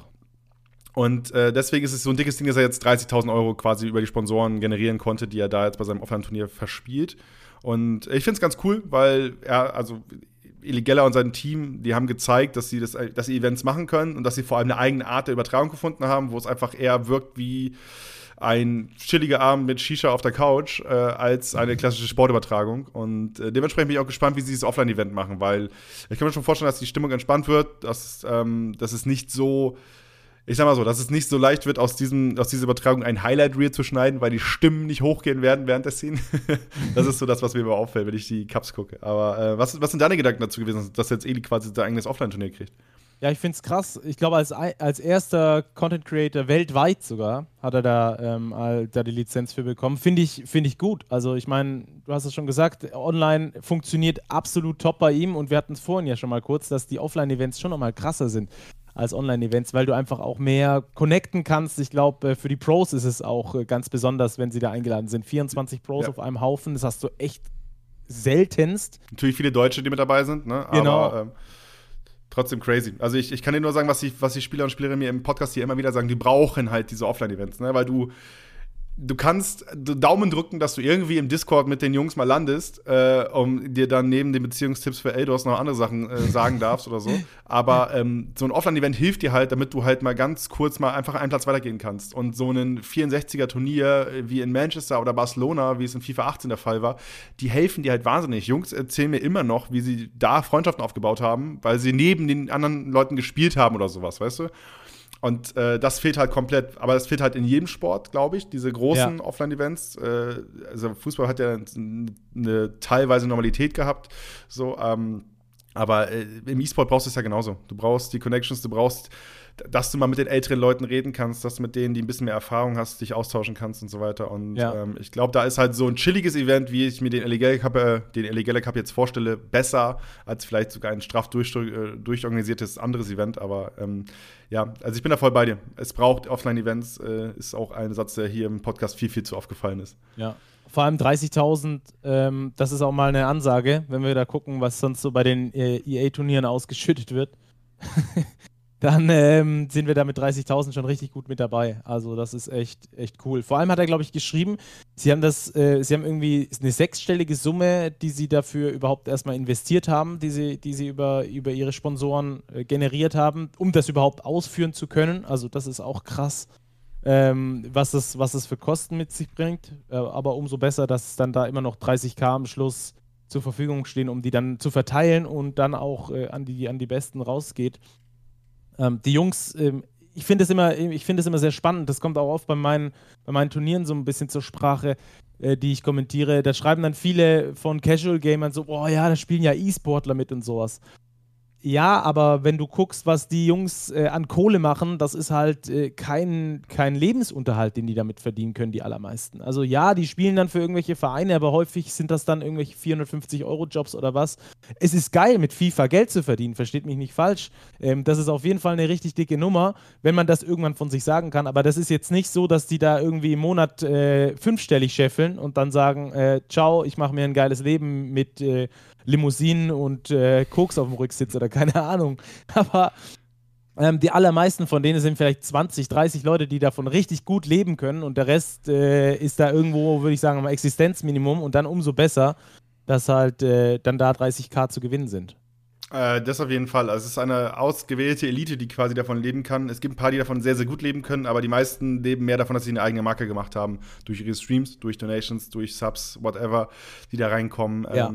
Und deswegen ist es so ein dickes Ding, dass er jetzt 30.000 Euro quasi über die Sponsoren generieren konnte, die er da jetzt bei seinem Offline-Turnier verspielt. Und ich finde es ganz cool, weil Illegella und sein Team, die haben gezeigt, dass sie Events machen können und dass sie vor allem eine eigene Art der Übertragung gefunden haben, wo es einfach eher wirkt wie ein chilliger Abend mit Shisha auf der Couch als eine klassische Sportübertragung. Und dementsprechend bin ich auch gespannt, wie sie dieses Offline-Event machen, weil ich kann mir schon vorstellen, dass die Stimmung entspannt wird, dass es nicht so, ich sag mal so, dass es nicht so leicht wird, aus dieser Übertragung ein Highlight-Reel zu schneiden, weil die Stimmen nicht hochgehen werden während der Szene. Das ist so das, was mir immer auffällt, wenn ich die Cups gucke. Aber was sind deine Gedanken dazu gewesen, dass jetzt Eli quasi sein eigenes Offline-Turnier kriegt? Ja, ich finde es krass. Ich glaube, als erster Content Creator weltweit sogar hat er da die Lizenz für bekommen. Finde ich gut. Also ich meine, du hast es schon gesagt, online funktioniert absolut top bei ihm und wir hatten es vorhin ja schon mal kurz, dass die Offline-Events schon nochmal krasser sind als Online-Events, weil du einfach auch mehr connecten kannst. Ich glaube, für die Pros ist es auch ganz besonders, wenn sie da eingeladen sind. 24 Pros auf einem Haufen, das hast du echt seltenst. Natürlich viele Deutsche, die mit dabei sind, ne? Genau. Aber trotzdem crazy. Also ich kann dir nur sagen, was die Spieler und Spielerinnen mir im Podcast hier immer wieder sagen, die brauchen halt diese Offline-Events, ne? Weil du kannst Daumen drücken, dass du irgendwie im Discord mit den Jungs mal landest, um dir dann neben den Beziehungstipps für Eldos noch andere Sachen sagen darfst oder so. Aber so ein Offline-Event hilft dir halt, damit du halt mal ganz kurz mal einfach einen Platz weitergehen kannst. Und so ein 64er-Turnier wie in Manchester oder Barcelona, wie es in FIFA 18 der Fall war, die helfen dir halt wahnsinnig. Jungs erzählen mir immer noch, wie sie da Freundschaften aufgebaut haben, weil sie neben den anderen Leuten gespielt haben oder sowas, weißt du? Und das fehlt halt komplett, aber das fehlt halt in jedem Sport, glaube ich, diese großen Offline-Events. Also Fußball hat ja eine teilweise Normalität gehabt, so, aber im E-Sport brauchst du es ja genauso. Du brauchst die Connections, du brauchst, dass du mal mit den älteren Leuten reden kannst, dass du mit denen, die ein bisschen mehr Erfahrung hast, dich austauschen kannst und so weiter. Und ich glaube, da ist halt so ein chilliges Event, wie ich mir den Illegella Cup jetzt vorstelle, besser als vielleicht sogar ein straff durchorganisiertes anderes Event. Aber also ich bin da voll bei dir. Es braucht Offline-Events, ist auch ein Satz, der hier im Podcast viel, viel zu oft gefallen ist. Ja. Vor allem 30.000, das ist auch mal eine Ansage, wenn wir da gucken, was sonst so bei den EA-Turnieren ausgeschüttet wird. Dann sind wir da mit 30.000 schon richtig gut mit dabei. Also das ist echt cool. Vor allem hat er, glaube ich, geschrieben, sie haben irgendwie eine 6-stellige Summe, die sie dafür überhaupt erstmal investiert haben, die sie über ihre Sponsoren generiert haben, um das überhaupt ausführen zu können. Also das ist auch krass, was das für Kosten mit sich bringt. Aber umso besser, dass dann da immer noch 30.000 am Schluss zur Verfügung stehen, um die dann zu verteilen und dann auch an die Besten rausgeht. Die Jungs, ich finde es immer sehr spannend. Das kommt auch oft bei meinen Turnieren so ein bisschen zur Sprache, die ich kommentiere. Da schreiben dann viele von Casual Gamern so, oh ja, da spielen ja E-Sportler mit und sowas. Ja, aber wenn du guckst, was die Jungs an Kohle machen, das ist halt kein Lebensunterhalt, den die damit verdienen können, die allermeisten. Also ja, die spielen dann für irgendwelche Vereine, aber häufig sind das dann irgendwelche 450-Euro-Jobs oder was. Es ist geil, mit FIFA Geld zu verdienen, versteht mich nicht falsch. Das ist auf jeden Fall eine richtig dicke Nummer, wenn man das irgendwann von sich sagen kann. Aber das ist jetzt nicht so, dass die da irgendwie im Monat 5-stellig scheffeln und dann sagen, ciao, ich mache mir ein geiles Leben mit Limousinen und Koks auf dem Rücksitz oder keine Ahnung. Aber die allermeisten von denen sind vielleicht 20, 30 Leute, die davon richtig gut leben können und der Rest ist da irgendwo, würde ich sagen, am Existenzminimum und dann umso besser, dass halt dann da 30.000 zu gewinnen sind. Das auf jeden Fall. Also es ist eine ausgewählte Elite, die quasi davon leben kann. Es gibt ein paar, die davon sehr, sehr gut leben können, aber die meisten leben mehr davon, dass sie eine eigene Marke gemacht haben. Durch ihre Streams, durch Donations, durch Subs, whatever, die da reinkommen. Ja.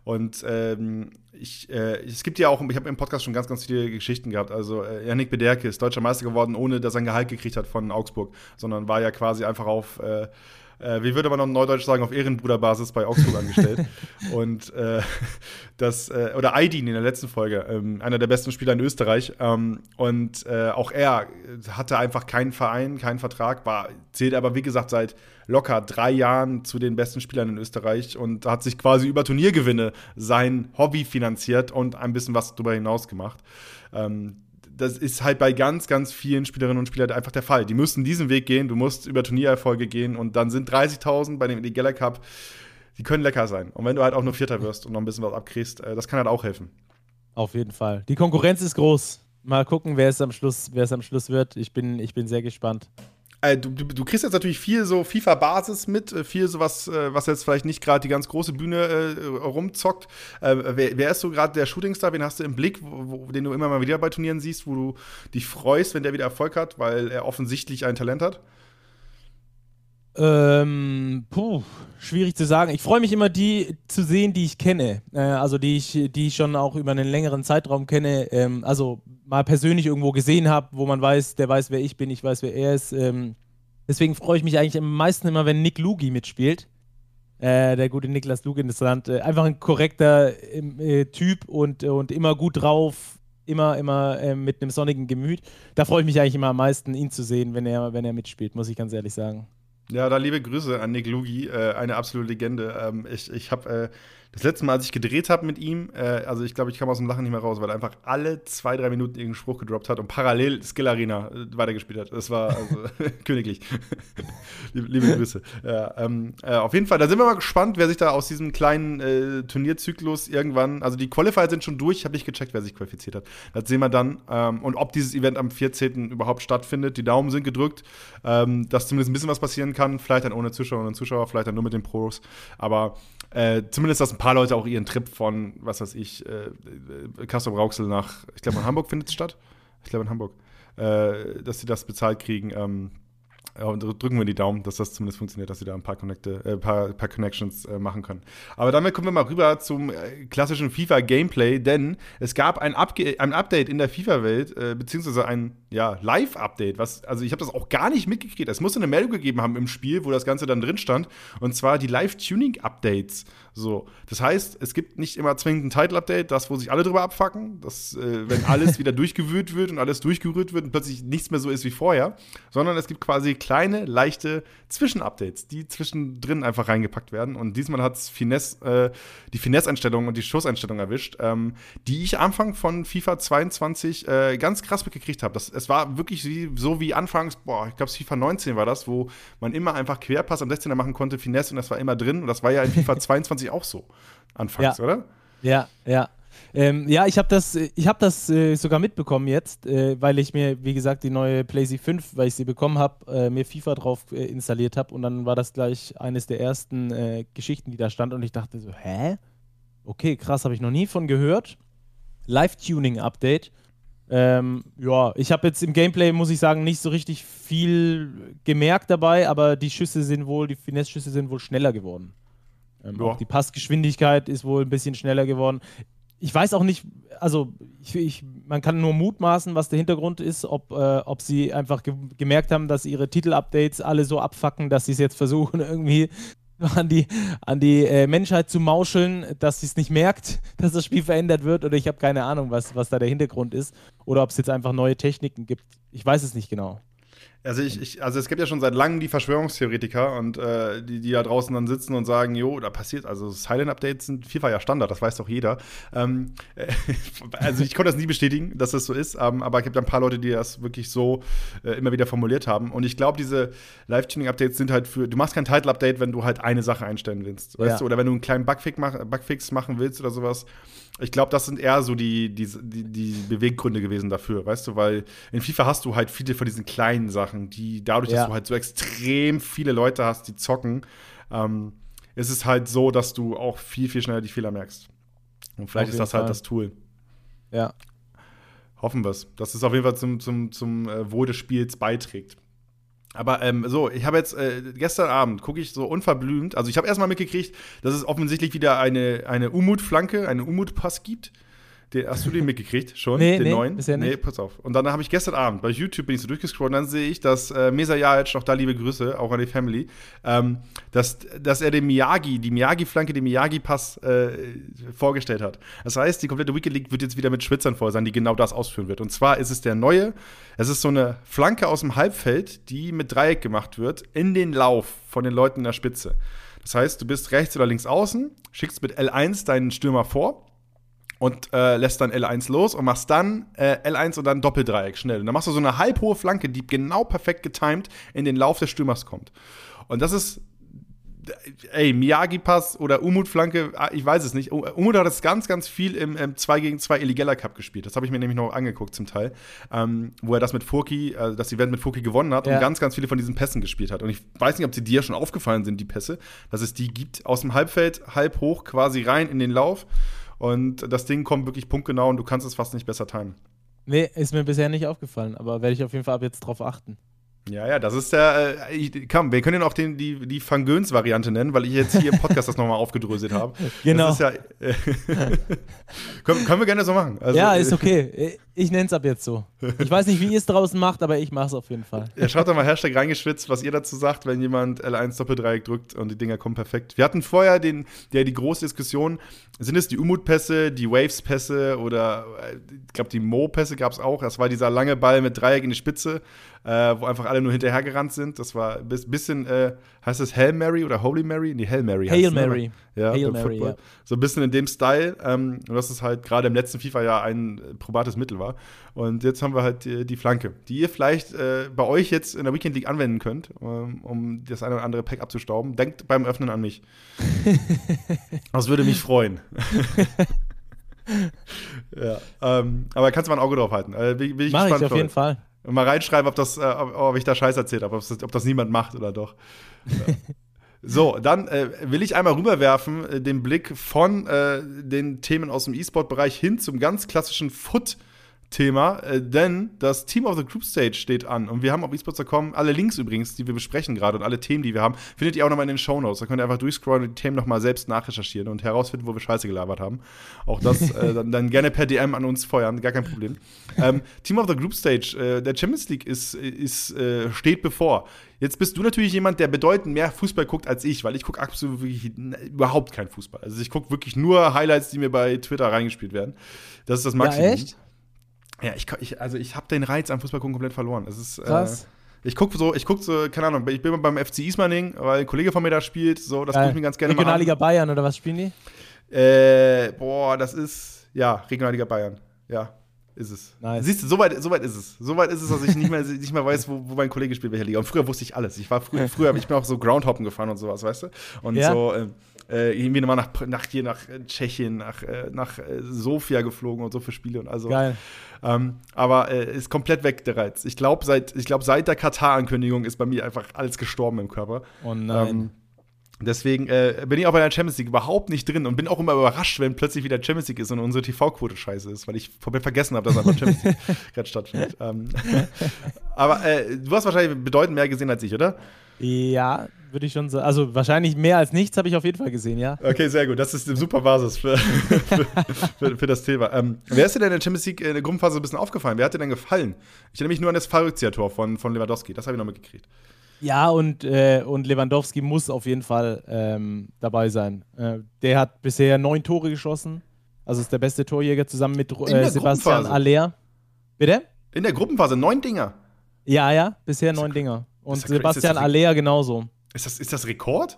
Es gibt ja auch, ich habe im Podcast schon ganz, ganz viele Geschichten gehabt. Also Yannick Bederke ist deutscher Meister geworden, ohne dass er ein Gehalt gekriegt hat von Augsburg, sondern war ja quasi einfach auf wie würde man auf Neudeutsch sagen, auf Ehrenbruderbasis bei Augsburg angestellt. Und oder Aydin in der letzten Folge, einer der besten Spieler in Österreich. Auch er hatte einfach keinen Verein, keinen Vertrag, zählt aber, wie gesagt, seit locker 3 Jahren zu den besten Spielern in Österreich und hat sich quasi über Turniergewinne sein Hobby finanziert und ein bisschen was darüber hinaus gemacht. Das ist halt bei ganz, ganz vielen Spielerinnen und Spielern einfach der Fall. Die müssen diesen Weg gehen, du musst über Turniererfolge gehen und dann sind 30.000 bei dem Geller Cup, die können lecker sein. Und wenn du halt auch nur Vierter wirst und noch ein bisschen was abkriegst, das kann halt auch helfen. Auf jeden Fall. Die Konkurrenz ist groß. Mal gucken, wer es am Schluss wird. Ich bin sehr gespannt. Du kriegst jetzt natürlich viel so FIFA-Basis mit, viel sowas, was jetzt vielleicht nicht gerade die ganz große Bühne rumzockt. Wer ist so gerade der Shootingstar? Wen hast du im Blick, den du immer mal wieder bei Turnieren siehst, wo du dich freust, wenn der wieder Erfolg hat, weil er offensichtlich ein Talent hat? Schwierig zu sagen. Ich freue mich immer, die zu sehen, die ich kenne. Also die ich schon auch über einen längeren Zeitraum kenne. Also mal persönlich irgendwo gesehen habe, wo man weiß, der weiß, wer ich bin, ich weiß, wer er ist. Deswegen freue ich mich eigentlich am meisten immer, wenn Nick Lugi mitspielt. Der gute Niklas Lugi in das Land. Einfach ein korrekter Typ und immer gut drauf. Immer mit einem sonnigen Gemüt. Da freue ich mich eigentlich immer am meisten, ihn zu sehen, wenn er mitspielt, muss ich ganz ehrlich sagen. Ja, da liebe Grüße an Nick Lugi, eine absolute Legende. Ich habe das letzte Mal, als ich gedreht habe mit ihm, also ich glaube, ich kam aus dem Lachen nicht mehr raus, weil er einfach alle 2-3 Minuten irgendeinen Spruch gedroppt hat und parallel Skill Arena weitergespielt hat. Das war also königlich. liebe Grüße. Ja, auf jeden Fall, da sind wir mal gespannt, wer sich da aus diesem kleinen Turnierzyklus irgendwann, also die Qualifier sind schon durch, ich habe nicht gecheckt, wer sich qualifiziert hat. Das sehen wir dann. Und ob dieses Event am 14. überhaupt stattfindet. Die Daumen sind gedrückt, dass zumindest ein bisschen was passieren kann. Vielleicht dann ohne Zuschauerinnen und Zuschauer, vielleicht dann nur mit den Pros. Aber zumindest, dass ein paar Leute auch ihren Trip von, was weiß ich, Castrop-Rauxel nach, ich glaube, in Hamburg findet es statt. Ich glaube, in Hamburg. Dass sie das bezahlt kriegen. Und drücken wir die Daumen, dass das zumindest funktioniert, dass sie da ein paar Connections machen können. Aber damit kommen wir mal rüber zum klassischen FIFA-Gameplay, denn es gab ein Update in der FIFA-Welt, beziehungsweise ein Live-Update. Also ich habe das auch gar nicht mitgekriegt. Es musste eine Meldung gegeben haben im Spiel, wo das Ganze dann drin stand, und zwar die Live-Tuning-Updates. So, das heißt, es gibt nicht immer zwingend ein Title-Update, das, wo sich alle drüber abfacken, wenn alles wieder durchgewühlt wird und alles durchgerührt wird und plötzlich nichts mehr so ist wie vorher, sondern es gibt quasi kleine, leichte Zwischenupdates, die zwischendrin einfach reingepackt werden. Und diesmal hat es die Finesse-Einstellung und die Schusseinstellung erwischt, die ich Anfang von FIFA 22 ganz krass mitgekriegt habe. Es war wirklich so wie anfangs, ich glaube, FIFA 19 war das, wo man immer einfach Querpass am 16er machen konnte, Finesse, und das war immer drin. Und das war ja in FIFA 22 auch so anfangs, ja. Oder? Ja. Ich habe das sogar mitbekommen jetzt, weil ich mir, wie gesagt, die neue PlayStation 5, weil ich sie bekommen habe, mir FIFA drauf installiert habe, und dann war das gleich eines der ersten Geschichten, die da stand, und ich dachte so, hä? Okay, krass, habe ich noch nie von gehört. Live-Tuning-Update. Ich habe jetzt im Gameplay, muss ich sagen, nicht so richtig viel gemerkt dabei, aber die Finesse-Schüsse sind wohl schneller geworden. Auch die Passgeschwindigkeit ist wohl ein bisschen schneller geworden. Ich weiß auch nicht, also man kann nur mutmaßen, was der Hintergrund ist, ob sie einfach gemerkt haben, dass ihre Titel-Updates alle so abfacken, dass sie es jetzt versuchen, irgendwie an die Menschheit zu mauscheln, dass sie es nicht merkt, dass das Spiel verändert wird, oder ich habe keine Ahnung, was da der Hintergrund ist, oder ob es jetzt einfach neue Techniken gibt. Ich weiß es nicht genau. Also es gibt ja schon seit langem die Verschwörungstheoretiker und die da draußen dann sitzen und sagen, da passiert, also Silent-Updates sind FIFA ja Standard, das weiß doch jeder. Also ich konnte das nie bestätigen, dass das so ist, aber ich habe da ein paar Leute, die das wirklich so immer wieder formuliert haben. Und ich glaube, diese Live-Tuning-Updates sind halt du machst kein Title-Update, wenn du halt eine Sache einstellen willst, weißt du? Oder wenn du einen kleinen Bugfix machen willst oder sowas. Ich glaube, das sind eher so die Beweggründe gewesen dafür, weißt du, weil in FIFA hast du halt viele von diesen kleinen Sachen, die dadurch, dass du halt so extrem viele Leute hast, die zocken, ist es halt so, dass du auch viel, viel schneller die Fehler merkst. Und vielleicht ist das halt das Tool. Ja. Hoffen wir es, dass es auf jeden Fall zum Wohl des Spiels beiträgt. Aber so, ich habe jetzt gestern Abend, gucke ich so unverblümt, also ich habe erstmal mitgekriegt, dass es offensichtlich wieder eine Umut-Flanke, einen Umut-Pass gibt. Hast du den mitgekriegt schon? Den neuen? Bisher nicht. Nee, pass auf. Und dann habe ich gestern Abend bei YouTube bin ich so durchgescrollt und dann sehe ich, dass Mesa Jajic, noch da liebe Grüße, auch an die Family, dass er die Miyagi-Flanke, den Miyagi-Pass vorgestellt hat. Das heißt, die komplette Weekend League wird jetzt wieder mit Schwitzern voll sein, die genau das ausführen wird. Und zwar ist es es ist so eine Flanke aus dem Halbfeld, die mit Dreieck gemacht wird, in den Lauf von den Leuten in der Spitze. Das heißt, du bist rechts oder links außen, schickst mit L1 deinen Stürmer vor, und lässt dann L1 los und machst dann L1 und dann Doppeldreieck schnell. Und dann machst du so eine halbhohe Flanke, die genau perfekt getimed in den Lauf des Stürmers kommt. Und das ist, Miyagi-Pass oder Umut-Flanke, ich weiß es nicht. Umut hat das ganz, ganz viel im 2-gegen-2 Illegaler Cup gespielt. Das habe ich mir nämlich noch angeguckt zum Teil. Wo er das mit Furki, das Event mit Furki gewonnen hat und ganz, ganz viele von diesen Pässen gespielt hat. Und ich weiß nicht, ob sie dir schon aufgefallen sind, die Pässe, dass es die gibt, aus dem Halbfeld, halb hoch, quasi rein in den Lauf. Und das Ding kommt wirklich punktgenau und du kannst es fast nicht besser timen. Nee, ist mir bisher nicht aufgefallen, aber werde ich auf jeden Fall ab jetzt drauf achten. Ja, das ist komm, wir können ihn auch die Van Goens-Variante nennen, weil ich jetzt hier im Podcast das nochmal aufgedröselt habe. Genau. Das ist können wir gerne so machen. Also, ja, ist okay. Ich nenne es ab jetzt so. Ich weiß nicht, wie ihr es draußen macht, aber ich mache es auf jeden Fall. Ja, schaut doch mal Hashtag reingeschwitzt, was ihr dazu sagt, wenn jemand L1 Doppeldreieck drückt und die Dinger kommen perfekt. Wir hatten vorher die große Diskussion, sind es die Umut-Pässe, die Waves-Pässe oder ich glaube, die Mo-Pässe gab es auch. Das war dieser lange Ball mit Dreieck in die Spitze, wo einfach alle nur hinterhergerannt sind. Das war ein bisschen, heißt das Hail Mary oder Holy Mary? Nee, Hail Mary. Hail Mary. Ja, Hail Mary, ja. So ein bisschen in dem Style. Und das ist halt gerade im letzten FIFA-Jahr ein probates Mittel war. Und jetzt haben wir halt die Flanke, die ihr vielleicht bei euch jetzt in der Weekend League anwenden könnt, um das eine oder andere Pack abzustauben. Denkt beim Öffnen an mich. Das würde mich freuen. Ja, aber kannst du mal ein Auge drauf halten. Bin ich Mach gespannt, ich auf jeden Fall. Und mal reinschreiben, ob ich da Scheiß erzählt habe, ob das niemand macht oder doch. Ja. So, dann will ich einmal rüberwerfen, den Blick von den Themen aus dem E-Sport-Bereich hin zum ganz klassischen Foot-Thema, denn das Team of the Group Stage steht an und wir haben auf esports.com alle Links übrigens, die wir besprechen gerade und alle Themen, die wir haben, findet ihr auch nochmal in den Shownotes. Da könnt ihr einfach durchscrollen und die Themen nochmal selbst nachrecherchieren und herausfinden, wo wir Scheiße gelabert haben. Auch das dann gerne per DM an uns feuern, gar kein Problem. Team of the Group Stage, der Champions League steht bevor. Jetzt bist du natürlich jemand, der bedeutend mehr Fußball guckt als ich, weil ich gucke absolut wirklich überhaupt keinen Fußball. Also ich gucke wirklich nur Highlights, die mir bei Twitter reingespielt werden. Das ist das Maximum. Ja, echt? Ja, ich habe den Reiz am Fußball gucken komplett verloren. Es ist, krass. Ich gucke so, keine Ahnung, ich bin beim FC Ismaning, weil ein Kollege von mir da spielt, so, das gucke ich mir ganz gerne mal an. Regionalliga Bayern oder was spielen die? Das ist, ja, Regionalliga Bayern, ja. Ist es. Nice. Siehst du, soweit ist es. Soweit ist es, dass ich nicht mehr weiß, wo mein Kollege spielt, welcher Liga. Und früher wusste ich alles. Ich bin auch so Groundhoppen gefahren und sowas, weißt du? Und so irgendwie nochmal nach Tschechien, nach Sofia geflogen und so für Spiele und also. Geil. Aber ist komplett weg, der Reiz. Ich glaube, seit der Katar-Ankündigung ist bei mir einfach alles gestorben im Körper. Oh nein. Deswegen bin ich auch bei der Champions League überhaupt nicht drin und bin auch immer überrascht, wenn plötzlich wieder Champions League ist und unsere TV-Quote scheiße ist, weil ich komplett vergessen habe, dass einfach Champions League gerade stattfindet. Aber du hast wahrscheinlich bedeutend mehr gesehen als ich, oder? Ja, würde ich schon sagen. Also wahrscheinlich mehr als nichts habe ich auf jeden Fall gesehen, ja. Okay, sehr gut. Das ist eine super Basis für das Thema. Wer ist dir denn in der Champions League in der Gruppenphase ein bisschen aufgefallen? Wer hat dir denn gefallen? Ich erinnere mich nur an das Fallrückzieher-Tor von Lewandowski. Das habe ich noch mitgekriegt. Ja, und Lewandowski muss auf jeden Fall dabei sein. Der hat bisher 9 Tore geschossen. Also ist der beste Torjäger zusammen mit Sebastian Aller. Bitte? In der Gruppenphase 9 Dinger? Ja, bisher 9 Dinger. Und Sebastian Aller genauso. Ist das Rekord?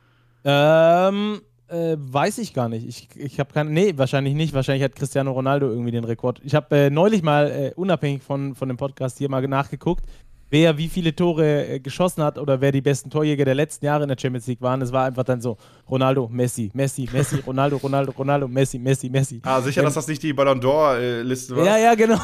Weiß ich gar nicht. Ich habe keine. Nee, wahrscheinlich nicht. Wahrscheinlich hat Cristiano Ronaldo irgendwie den Rekord. Ich habe neulich mal, unabhängig von dem Podcast hier mal nachgeguckt, wer wie viele Tore geschossen hat oder wer die besten Torjäger der letzten Jahre in der Champions League waren. Es war einfach dann so: Ronaldo, Messi, Ronaldo, Messi. Ah, sicher, dass das nicht die Ballon d'Or-Liste war? Ja, genau.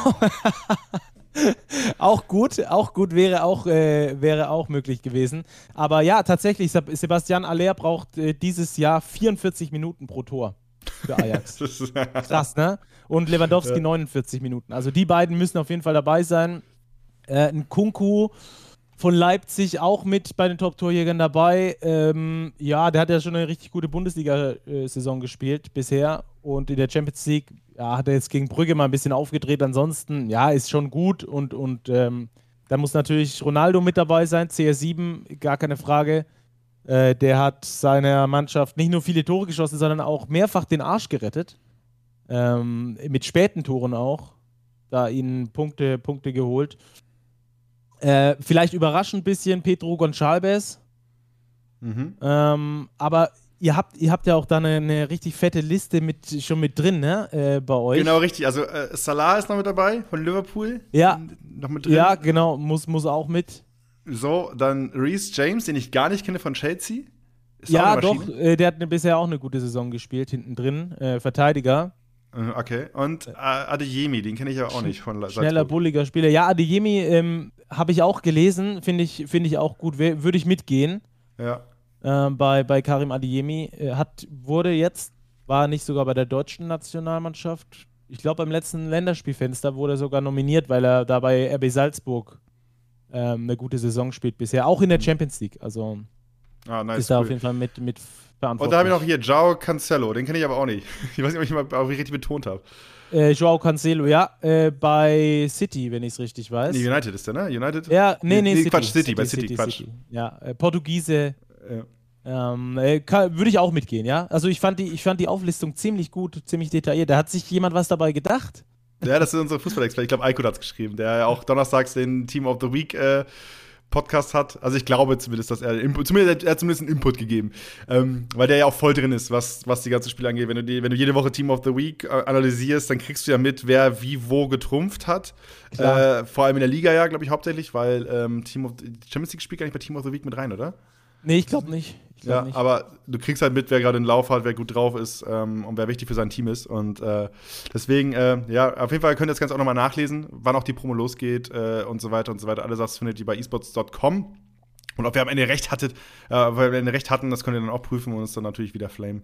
Auch gut wäre auch möglich gewesen. Aber ja, tatsächlich, Sebastian Aller braucht dieses Jahr 44 Minuten pro Tor. für Ajax. Krass, ne? Und Lewandowski 49 Minuten. Also die beiden müssen auf jeden Fall dabei sein. Ein Kunku von Leipzig auch mit bei den Top-Torjägern dabei. Ja, der hat ja schon eine richtig gute Bundesliga-Saison gespielt bisher. Und in der Champions League hat er jetzt gegen Brügge mal ein bisschen aufgedreht. Ansonsten, ja, ist schon gut. Und da muss natürlich Ronaldo mit dabei sein. CR7, gar keine Frage. Der hat seiner Mannschaft nicht nur viele Tore geschossen, sondern auch mehrfach den Arsch gerettet. Mit späten Toren auch. Da ihnen Punkte geholt. Vielleicht überraschend ein bisschen Pedro Gonçalves. Aber ihr habt ja auch da eine richtig fette Liste schon mit drin, ne? Bei euch. Genau, richtig. Also Salah ist noch mit dabei von Liverpool. Ja. Noch mit drin. Ja, genau. Muss auch mit. So, dann Reece James, den ich gar nicht kenne von Chelsea. Ist ja, doch. Der hat bisher auch eine gute Saison gespielt, hinten drin. Verteidiger. Okay. Und Adeyemi, den kenne ich aber auch nicht von Salzburg. Schneller, bulliger Spieler. Ja, Adeyemi habe ich auch gelesen. Finde ich auch gut. Würde ich mitgehen. Ja. Bei Karim Adeyemi. War nicht sogar bei der deutschen Nationalmannschaft. Ich glaube, beim letzten Länderspielfenster wurde er sogar nominiert, weil er da bei RB Salzburg eine gute Saison spielt bisher. Auch in der Champions League. Also nice, ist da auf jeden Fall mit verantwortlich. Und da habe ich noch hier Joao Cancelo. Den kenne ich aber auch nicht. Ich weiß nicht, ob ich mal richtig betont habe. Joao Cancelo, ja. Bei City, wenn ich es richtig weiß. Nee, United ist der, ne? United? Ja, nee, City. Quatsch, City, bei City, Quatsch. Ja, Portugiese. Ja. Würde ich auch mitgehen, ja. Also ich fand die Auflistung ziemlich gut, ziemlich detailliert. Da hat sich jemand was dabei gedacht. Ja, das ist unser Fußball-Experte. Ich glaube, Eiko hat es geschrieben, der ja auch donnerstags den Team of the Week Podcast hat. Also ich glaube zumindest, dass er hat zumindest einen Input gegeben. Weil der ja auch voll drin ist, was die ganzen Spiele angeht. Wenn du jede Woche Team of the Week analysierst, dann kriegst du ja mit, wer wie wo getrumpft hat. Vor allem in der Liga ja, glaube ich, hauptsächlich, weil Champions League spielt gar nicht bei Team of the Week mit rein, oder? Nee, ich glaube nicht. Nicht. Aber du kriegst halt mit, wer gerade einen Lauf hat, wer gut drauf ist und wer wichtig für sein Team ist. Und deswegen, auf jeden Fall könnt ihr das Ganze auch nochmal nachlesen, wann auch die Promo losgeht und so weiter und so weiter. Alle Sachen findet ihr bei esports.com. Und ob wir am Ende recht hatten, das könnt ihr dann auch prüfen und uns dann natürlich wieder flamen.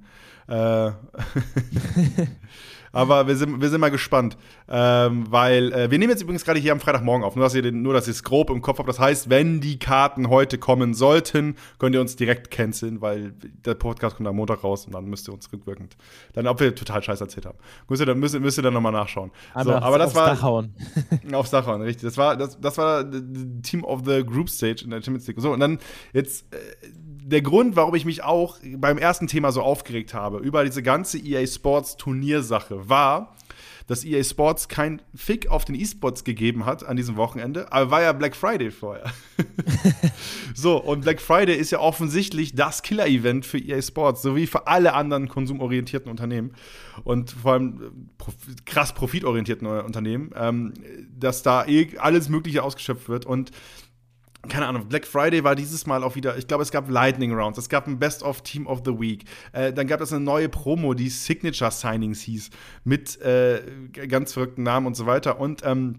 Aber wir sind mal gespannt, weil wir nehmen jetzt übrigens gerade hier am Freitagmorgen auf, nur dass ihr es grob im Kopf habt. Das heißt, wenn die Karten heute kommen sollten, könnt ihr uns direkt canceln, weil der Podcast kommt am Montag raus und dann müsst ihr uns rückwirkend, ob wir total Scheiß erzählt haben. Müsst ihr dann nochmal nachschauen. Aber das war aufs Dach hauen. Aufs Dach hauen, richtig. Das war Team of the Group Stage in der Champions League. So, und dann jetzt der Grund, warum ich mich auch beim ersten Thema so aufgeregt habe, über diese ganze EA Sports Turniersache, war, dass EA Sports keinen Fick auf den E-Sports gegeben hat an diesem Wochenende, aber war ja Black Friday vorher. So, und Black Friday ist ja offensichtlich das Killer-Event für EA Sports, sowie für alle anderen konsumorientierten Unternehmen und vor allem krass profitorientierten Unternehmen, dass da alles Mögliche ausgeschöpft wird und keine Ahnung, Black Friday war dieses Mal auch wieder, ich glaube, es gab Lightning Rounds, es gab ein Best-of Team of the Week, dann gab es eine neue Promo, die Signature Signings hieß, mit ganz verrückten Namen und so weiter und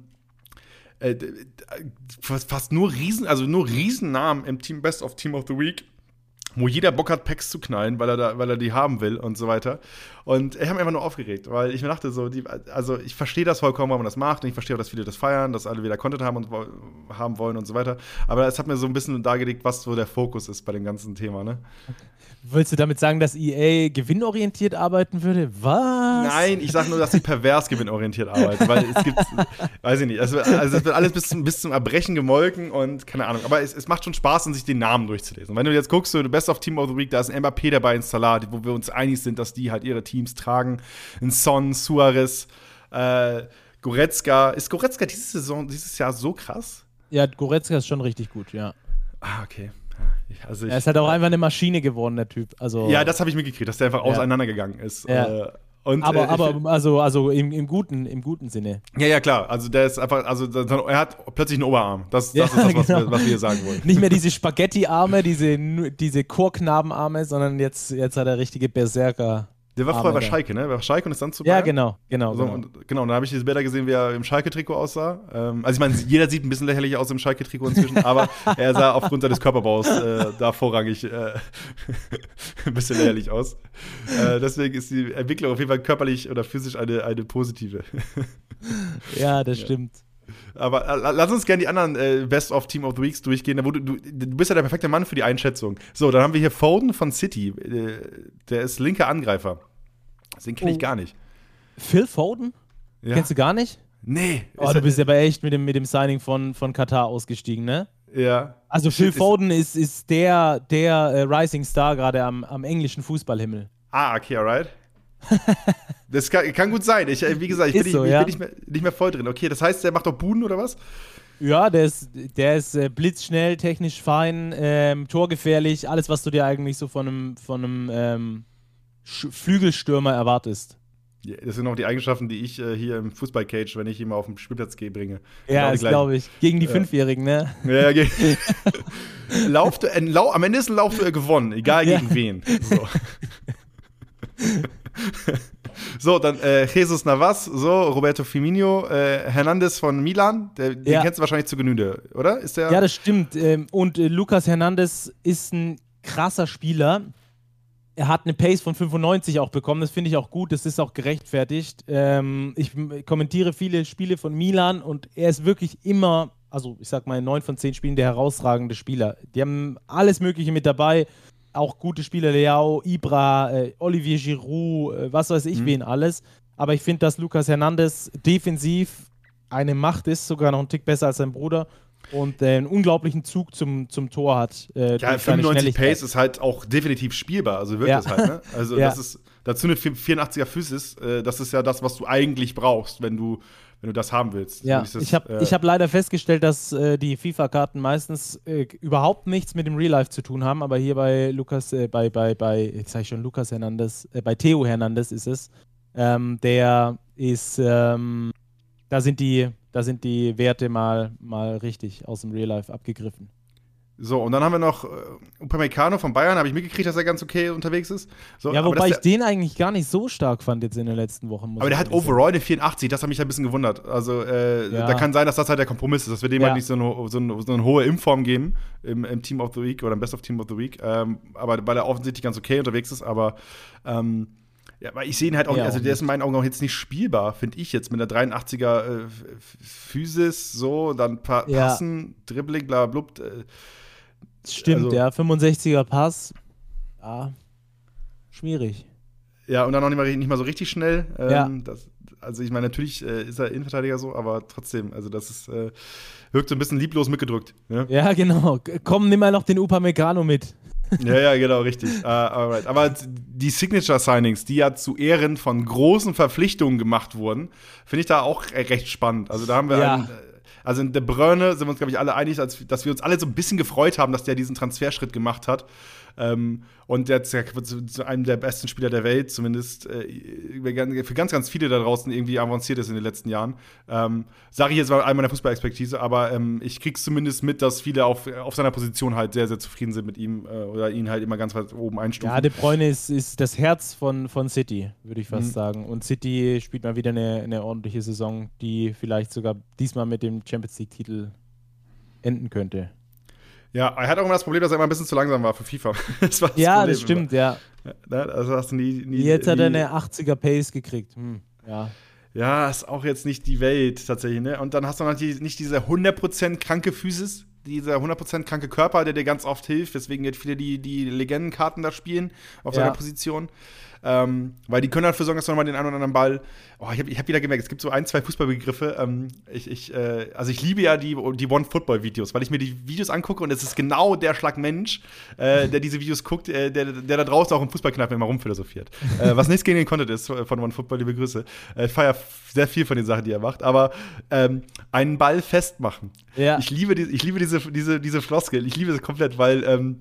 fast nur Riesennamen im Team Best-of Team of the Week, wo jeder Bock hat, Packs zu knallen, weil er die haben will und so weiter. Und ich habe mich einfach nur aufgeregt, weil ich mir dachte so, ich verstehe das vollkommen, warum man das macht und ich verstehe auch, dass viele das feiern, dass alle wieder Content haben und haben wollen und so weiter. Aber es hat mir so ein bisschen dargelegt, was so der Fokus ist bei dem ganzen Thema, ne? Willst du damit sagen, dass EA gewinnorientiert arbeiten würde? Was? Nein, ich sage nur, dass sie pervers gewinnorientiert arbeiten, weil es gibt, weiß ich nicht, es wird alles bis zum Erbrechen gemolken und keine Ahnung, aber es macht schon Spaß, sich den Namen durchzulesen. Und wenn du jetzt guckst, so Best of Team of the Week, da ist ein Mbappé dabei, ein Salah, wo wir uns einig sind, dass die halt ihre Teams tragen, ein Son, Suarez, Goretzka. Ist Goretzka dieses Jahr so krass? Ja, Goretzka ist schon richtig gut, ja. Ah, okay. Also er ist halt auch einfach eine Maschine geworden, der Typ. Also, ja, das habe ich mitgekriegt, dass der einfach auseinandergegangen ist. Ja. Aber im guten Sinne. Ja, klar. Also der ist einfach, er hat plötzlich einen Oberarm. Das ist das, genau. was wir hier sagen wollen. Nicht mehr diese Spaghetti-Arme, diese Chorknabenarme, sondern jetzt hat er richtige Berserker. Der war vorher bei Schalke, ne? Bei Schalke und ist dann zu Ja, Bayern? genau. Und dann habe ich diese Bilder gesehen, wie er im Schalke-Trikot aussah. Also ich meine, jeder sieht ein bisschen lächerlich aus im Schalke-Trikot inzwischen, aber er sah aufgrund seines Körperbaus da vorrangig ein bisschen lächerlich aus. Deswegen ist die Entwicklung auf jeden Fall körperlich oder physisch eine positive. Ja, das stimmt. Aber lass uns gerne die anderen Best of Team of the Weeks durchgehen. Du bist ja der perfekte Mann für die Einschätzung. So, dann haben wir hier Foden von City. Der ist linker Angreifer. Den kenne ich gar nicht. Phil Foden? Ja. Kennst du gar nicht? Nee. Oh, du bist aber echt mit dem Signing von Katar ausgestiegen, ne? Ja. Also Phil Foden ist der Rising Star gerade am englischen Fußballhimmel. Ah, okay, alright. Das kann gut sein. Wie gesagt, ich bin nicht mehr voll drin. Okay, das heißt, der macht doch Buden oder was? Ja, der ist blitzschnell, technisch fein, torgefährlich, alles, was du dir eigentlich so von einem Flügelstürmer erwartest. Ja, das sind auch die Eigenschaften, die ich hier im Fußballcage, wenn ich ihn mal auf den Spielplatz gehe, bringe. Ja, das glaube ich. Gegen die Fünfjährigen, ne? Ja, am Ende ist ein Laufduell gewonnen, egal gegen wen. So, dann Jesus Navas, Roberto Firmino, Hernandez von Milan, den kennst du wahrscheinlich zu Genüge, oder? Ist der? Ja, das stimmt. Und Lucas Hernandez ist ein krasser Spieler. Er hat eine Pace von 95 auch bekommen, das finde ich auch gut, das ist auch gerechtfertigt. Ich kommentiere viele Spiele von Milan und er ist wirklich immer, also ich sag mal in 9 von 10 Spielen, der herausragende Spieler. Die haben alles Mögliche mit dabei, auch gute Spieler, Leao, Ibra, Olivier Giroud, was weiß ich wen alles. Aber ich finde, dass Lucas Hernandez defensiv eine Macht ist, sogar noch einen Tick besser als sein Bruder. Und einen unglaublichen Zug zum Tor hat. Ja, 95 Pace ist halt auch definitiv spielbar, also wirkt es halt, ne? Also das ist dazu eine 84er Physis, das ist ja das, was du eigentlich brauchst, wenn du das haben willst. Ja, ich hab leider festgestellt, dass die FIFA-Karten meistens überhaupt nichts mit dem Real Life zu tun haben, aber hier bei Lucas, jetzt sag ich schon Lucas Hernandez, bei Theo Hernandez ist es, der ist, da sind die Werte mal richtig aus dem Real Life abgegriffen. So, und dann haben wir noch Upamecano von Bayern, habe ich mitgekriegt, dass er ganz okay unterwegs ist. So, ja, wobei ich den eigentlich gar nicht so stark fand jetzt in den letzten Wochen. Aber der hat overall eine 84, das hat mich ein bisschen gewundert. Also, da kann sein, dass das halt der Kompromiss ist, dass wir dem halt nicht so eine hohe Impfform geben im Team of the Week oder im Best of Team of the Week. Aber weil er offensichtlich ganz okay unterwegs ist, aber ja, weil ich sehe ihn halt auch nicht, also der ist in meinen Augen auch jetzt nicht spielbar, finde ich jetzt, mit der 83er Physis, so, dann Passen, Dribbling, bla, bla, bla. Stimmt, 65er Pass, schwierig. Ja, und dann noch nicht mal so richtig schnell. Also ich meine, natürlich ist er Innenverteidiger so, aber trotzdem, also das ist, wirkt so ein bisschen lieblos mitgedrückt. Ne? Ja, genau. Komm, nimm mal noch den Upamecano mit. Ja, genau, richtig. Alright. Aber die Signature-Signings, die ja zu Ehren von großen Verpflichtungen gemacht wurden, finde ich da auch recht spannend. Also da haben wir also in De Bruyne sind wir uns, glaube ich, alle einig, dass wir uns alle so ein bisschen gefreut haben, dass der diesen Transferschritt gemacht hat. Und der zu einem der besten Spieler der Welt, zumindest für ganz, ganz viele da draußen irgendwie avanciert ist in den letzten Jahren. Sage ich jetzt mal einmal meiner Fußballexpertise, aber ich krieg's zumindest mit, dass viele auf seiner Position halt sehr, sehr zufrieden sind mit ihm oder ihn halt immer ganz weit oben einstufen. Ja, De Bruyne ist das Herz von City, würde ich fast sagen. Und City spielt mal wieder eine ordentliche Saison, die vielleicht sogar diesmal mit dem Champions League-Titel enden könnte. Ja, er hat auch immer das Problem, dass er immer ein bisschen zu langsam war für FIFA. Das das stimmt, ja. Also hast du nie Jetzt hat er eine 80er Pace gekriegt. Ja, ist auch jetzt nicht die Welt tatsächlich, ne? Und dann hast du natürlich nicht diese 100% kranke Physis, dieser 100% kranke Körper, der dir ganz oft hilft, weswegen jetzt viele die Legendenkarten da spielen auf seiner Position. Weil die können dafür sorgen, dass du nochmal den einen oder anderen Ball. Ich hab wieder gemerkt, es gibt so 1, 2 Fußballbegriffe. Also ich liebe ja die One-Football-Videos, weil ich mir die Videos angucke und es ist genau der Schlag Mensch, der diese Videos guckt, der da draußen auch im Fußballkneipe immer rumphilosophiert. Was nichts gegen den Content ist von One-Football, liebe Grüße. Ich feiere sehr viel von den Sachen, die er macht, aber einen Ball festmachen. Ja. Ich liebe diese Floskel, ich liebe es komplett, weil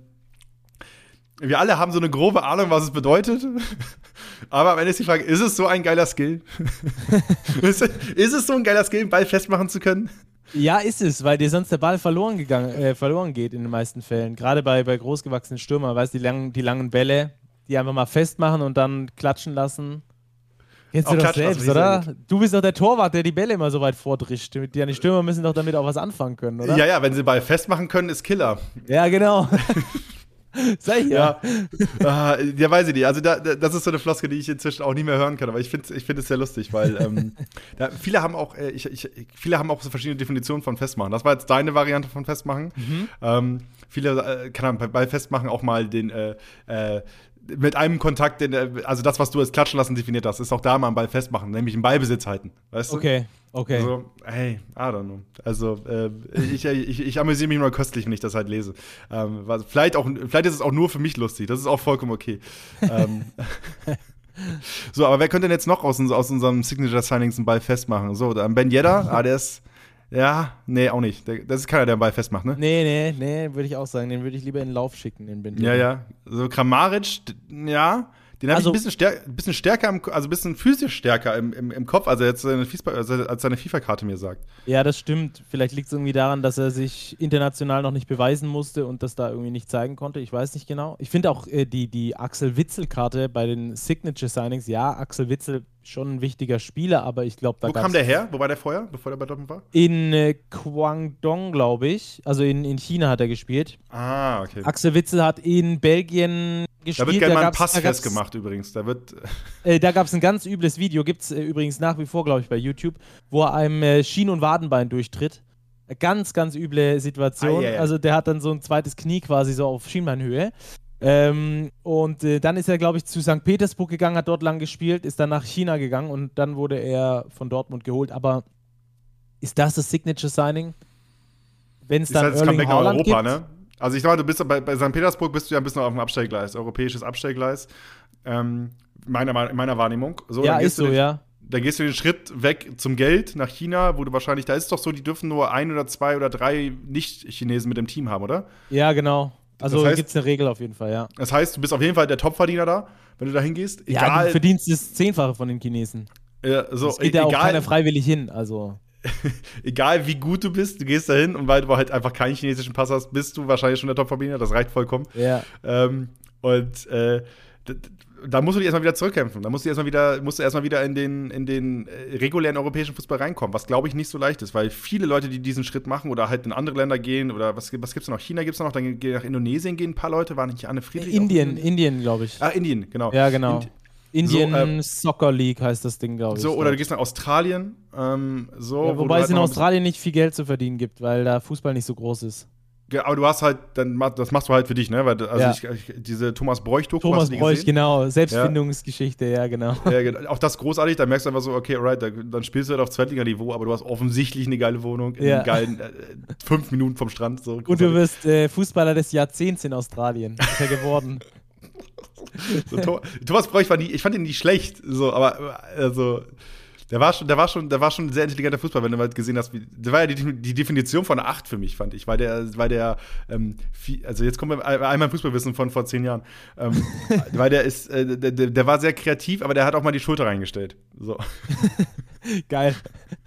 wir alle haben so eine grobe Ahnung, was es bedeutet. Aber am Ende ist die Frage, ist es so ein geiler Skill? Ist es so ein geiler Skill, einen Ball festmachen zu können? Ja, ist es, weil dir sonst der Ball verloren geht in den meisten Fällen. Gerade bei großgewachsenen Stürmern, weißt du, die langen Bälle, die einfach mal festmachen und dann klatschen lassen. Kennst du Auch doch klatschen lassen, selbst, wie sehr oder? Du bist doch der Torwart, der die Bälle immer so weit vordrischt. Die Stürmer müssen doch damit auch was anfangen können, oder? Ja, wenn sie Ball festmachen können, ist Killer. Ja, genau. Sag ich ja. Ja, weiß ich nicht. Also das ist so eine Floskel, die ich inzwischen auch nie mehr hören kann. Aber ich finde es sehr lustig, weil viele haben auch so verschiedene Definitionen von Festmachen. Das war jetzt deine Variante von Festmachen. Viele kann man bei Festmachen auch mal den mit einem Kontakt, also das, was du als Klatschen lassen definiert hast, ist auch da mal einen Ball festmachen, nämlich einen Ballbesitz halten. Weißt du? Okay. Also, hey, I don't know. Also, ich amüsiere mich mal köstlich, wenn ich das halt lese. Vielleicht ist es auch nur für mich lustig. Das ist auch vollkommen okay. So, aber wer könnte denn jetzt noch aus unserem Signature-Signings einen Ball festmachen? So, Ben Yedder, der ist. Ja, nee, auch nicht. Das ist keiner, der den Ball festmacht, ne? Nee, würde ich auch sagen. Den würde ich lieber in den Lauf schicken, den Ben Yedder. Ja. So, Kramaric, ja. Den habe ich ein bisschen stärker, also ein bisschen physisch stärker im Kopf, als seine FIFA-Karte mir sagt. Ja, das stimmt. Vielleicht liegt es irgendwie daran, dass er sich international noch nicht beweisen musste und das da irgendwie nicht zeigen konnte. Ich weiß nicht genau. Ich finde auch die Axel Witsel-Karte bei den Signature-Signings, ja, Axel Witsel schon ein wichtiger Spieler, aber ich glaube, da Wo kam der her? Wo war der vorher, bevor der bei Dortmund war? In Guangdong, glaube ich. Also in China hat er gespielt. Ah, okay. Axel Witsel hat in Belgien gespielt. Da wird gerne mal ein Pass festgemacht übrigens. Da gab es ein ganz übles Video, gibt es übrigens nach wie vor, glaube ich, bei YouTube, wo er einem Schien- und Wadenbein durchtritt. Ganz, ganz üble Situation. Also der hat dann so ein zweites Knie quasi so auf Schienbeinhöhe. Und dann ist er, glaube ich, zu St. Petersburg gegangen, hat dort lang gespielt, ist dann nach China gegangen und dann wurde er von Dortmund geholt. Aber ist das Signature Signing? Wenn es dann Erling Haaland Europa, gibt? Ne? Also ich glaube, du bist bei St. Petersburg bist du ja ein bisschen auf dem Abstellgleis, europäisches Abstellgleis. In meiner Wahrnehmung. So, ja, ist so, ja. Dann gehst du den Schritt weg zum Geld nach China, wo du wahrscheinlich, da ist es doch so, die dürfen nur 1 oder 2 oder 3 Nicht-Chinesen mit dem Team haben, oder? Ja, genau. Also das heißt, gibt es eine Regel auf jeden Fall, ja. Das heißt, du bist auf jeden Fall der Topverdiener da, wenn du da hingehst. Egal, ja, du verdienst das Zehnfache von den Chinesen. Das geht ja auch keiner freiwillig hin, also. Egal wie gut du bist, du gehst da hin und weil du halt einfach keinen chinesischen Pass hast, bist du wahrscheinlich schon der Topverdiener, das reicht vollkommen. Ja. Da musst du dich erstmal wieder zurückkämpfen. Da musst du erstmal wieder in den regulären europäischen Fußball reinkommen, was glaube ich nicht so leicht ist, weil viele Leute, die diesen Schritt machen oder halt in andere Länder gehen oder was gibt's denn noch? China gibt's noch, dann nach Indonesien gehen ein paar Leute, war nicht Anne Friedrich? Indien, glaube ich. Ah, Indien, genau. Ja, genau. Indian Soccer League heißt das Ding, glaube ich. So, oder du gehst nach Australien. Wobei es in Australien nicht viel Geld zu verdienen gibt, weil da Fußball nicht so groß ist. Aber du hast halt, das machst du halt für dich, ne? Weil, diese Thomas Bräuch-Doku. Thomas Bräuch, genau. Selbstfindungsgeschichte, ja, genau. Ja, genau. Auch das großartig, da merkst du einfach so, okay, alright, dann spielst du halt auf Zweitliganiveau, aber du hast offensichtlich eine geile Wohnung in einem geilen 5 Minuten vom Strand. So, und du wirst Fußballer des Jahrzehnts in Australien. Ist er geworden. So, Thomas Bräuch ich fand ihn nicht schlecht, so, aber also der war schon ein sehr intelligenter Fußballer, wenn du mal gesehen hast, das war ja die Definition von 8 für mich, fand ich, weil der also jetzt kommen wir einmal im Fußballwissen von vor 10 Jahren, weil der war sehr kreativ, aber der hat auch mal die Schulter reingestellt, so. Geil.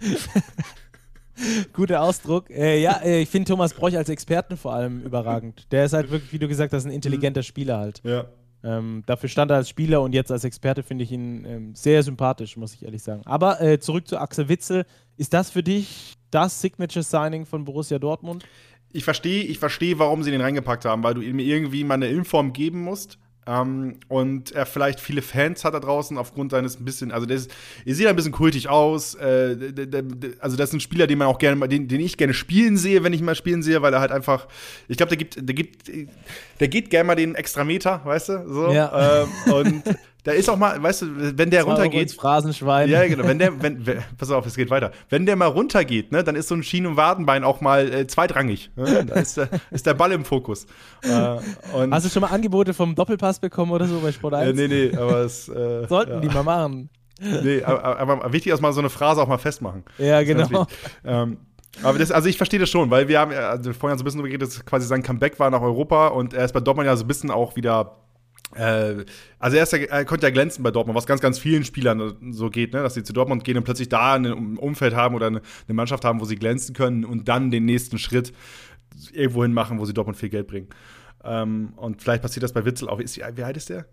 Guter Ausdruck. Ich finde Thomas Bräuch als Experten vor allem überragend. Der ist halt wirklich, wie du gesagt hast, ein intelligenter Spieler halt. Ja. Dafür stand er als Spieler und jetzt als Experte finde ich ihn sehr sympathisch, muss ich ehrlich sagen. Aber zurück zu Axel Witsel. Ist das für dich das Signature-Signing von Borussia Dortmund? Ich verstehe, warum sie den reingepackt haben, weil du ihm irgendwie mal eine Inform geben musst. Und er vielleicht viele Fans hat da draußen aufgrund seines ein bisschen, also er sieht ein bisschen kultig aus. Also das ist ein Spieler, den man auch gerne, den ich gerne spielen sehe, wenn ich ihn mal spielen sehe, weil er halt einfach, ich glaube, der geht gerne mal den Extrameter, weißt du, so. Ja. Und da ist auch mal, weißt du, wenn der runtergeht. Phrasenschwein. Ja, genau. Pass auf, es geht weiter. Wenn der mal runtergeht, ne, dann ist so ein Schien- und Wadenbein auch mal zweitrangig. Ne? Da ist der Ball im Fokus. Hast du schon mal Angebote vom Doppelpass bekommen oder so bei Sport 1? Nee, aber es. Sollten die mal machen. Nee, aber wichtig ist mal so eine Phrase auch mal festmachen. Ja, genau. Aber also ich verstehe das schon, weil wir haben vorhin so ein bisschen darüber geredet, dass quasi sein Comeback war nach Europa und er ist bei Dortmund ja so ein bisschen auch wieder. Also er konnte ja glänzen bei Dortmund, was ganz, ganz vielen Spielern so geht, ne? Dass sie zu Dortmund gehen und plötzlich da ein Umfeld haben oder eine Mannschaft haben, wo sie glänzen können und dann den nächsten Schritt irgendwo hin machen, wo sie Dortmund viel Geld bringen. Und vielleicht passiert das bei Witzel auch. Wie alt ist der?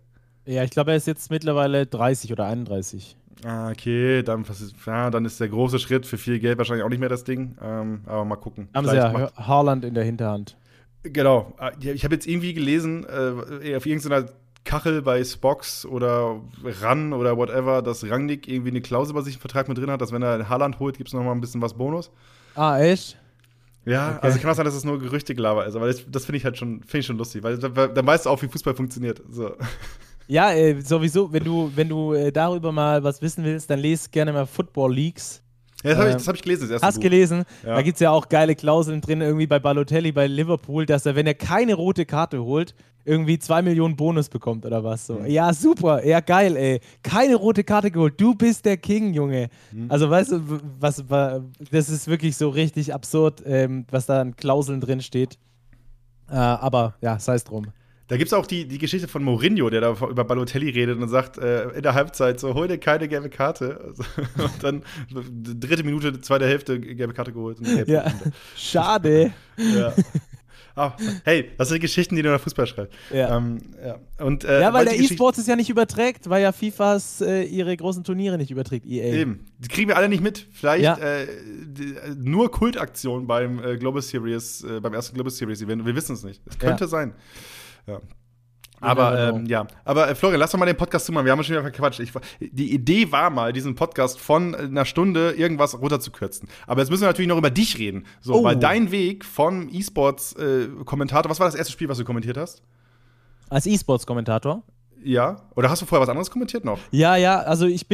Ja, ich glaube, er ist jetzt mittlerweile 30 oder 31. Ah, okay, dann ist der große Schritt für viel Geld wahrscheinlich auch nicht mehr das Ding. Aber mal gucken. Haben sie ja Haaland in der Hinterhand. Genau. Ich habe jetzt irgendwie gelesen, auf irgendeiner Kachel bei Spox oder RAN oder whatever, dass Rangnick irgendwie eine Klausel bei sich im Vertrag mit drin hat, dass wenn er Haaland holt, gibt es nochmal ein bisschen was Bonus. Ah, echt? Ja, Okay. also kann auch sein, dass es nur Gerüchtegelaber ist, aber das finde ich halt schon, lustig, weil dann weißt du auch, wie Fußball funktioniert. So. Ja, sowieso, wenn du darüber mal was wissen willst, dann lese gerne mal Football Leagues. Ja, das hab ich gelesen, das erste Hast Buch. gelesen? Ja. Da gibt es ja auch geile Klauseln drin, irgendwie bei Balotelli, bei Liverpool, dass er, wenn er keine rote Karte holt, irgendwie 2 Millionen Bonus bekommt oder was so. Ja, super, ja, geil, ey. Keine rote Karte geholt, du bist der King, Junge. Also, weißt du, das ist wirklich so richtig absurd, was da an Klauseln drin steht. Aber ja, sei es drum. Da gibt es auch die Geschichte von Mourinho, der da über Balotelli redet und sagt in der Halbzeit so, hol dir keine gelbe Karte. Also, und dann 3. Minute, 2. Hälfte gelbe Karte geholt. Und Ja, schade. Ja. Hey, das sind Geschichten, die nur der Fußball schreibt. Ja. Und, Weil der E-Sports es ja nicht überträgt, weil ja FIFAs ihre großen Turniere nicht überträgt, EA. Eben, die kriegen wir alle nicht mit. Vielleicht Ja. Nur Kultaktion beim Global Series, beim ersten Global Series Event. Wir wissen es nicht. Es könnte sein. Ja. Aber Florian, lass doch mal den Podcast zumachen. Wir haben schon wieder verquatscht. Die Idee war mal, diesen Podcast von einer Stunde irgendwas runterzukürzen. Aber jetzt müssen wir natürlich noch über dich reden. So, weil dein Weg vom E-Sports-Kommentator, was war das erste Spiel, was du kommentiert hast? Als E-Sports-Kommentator? Ja. Oder hast du vorher was anderes kommentiert noch? Ja, also ich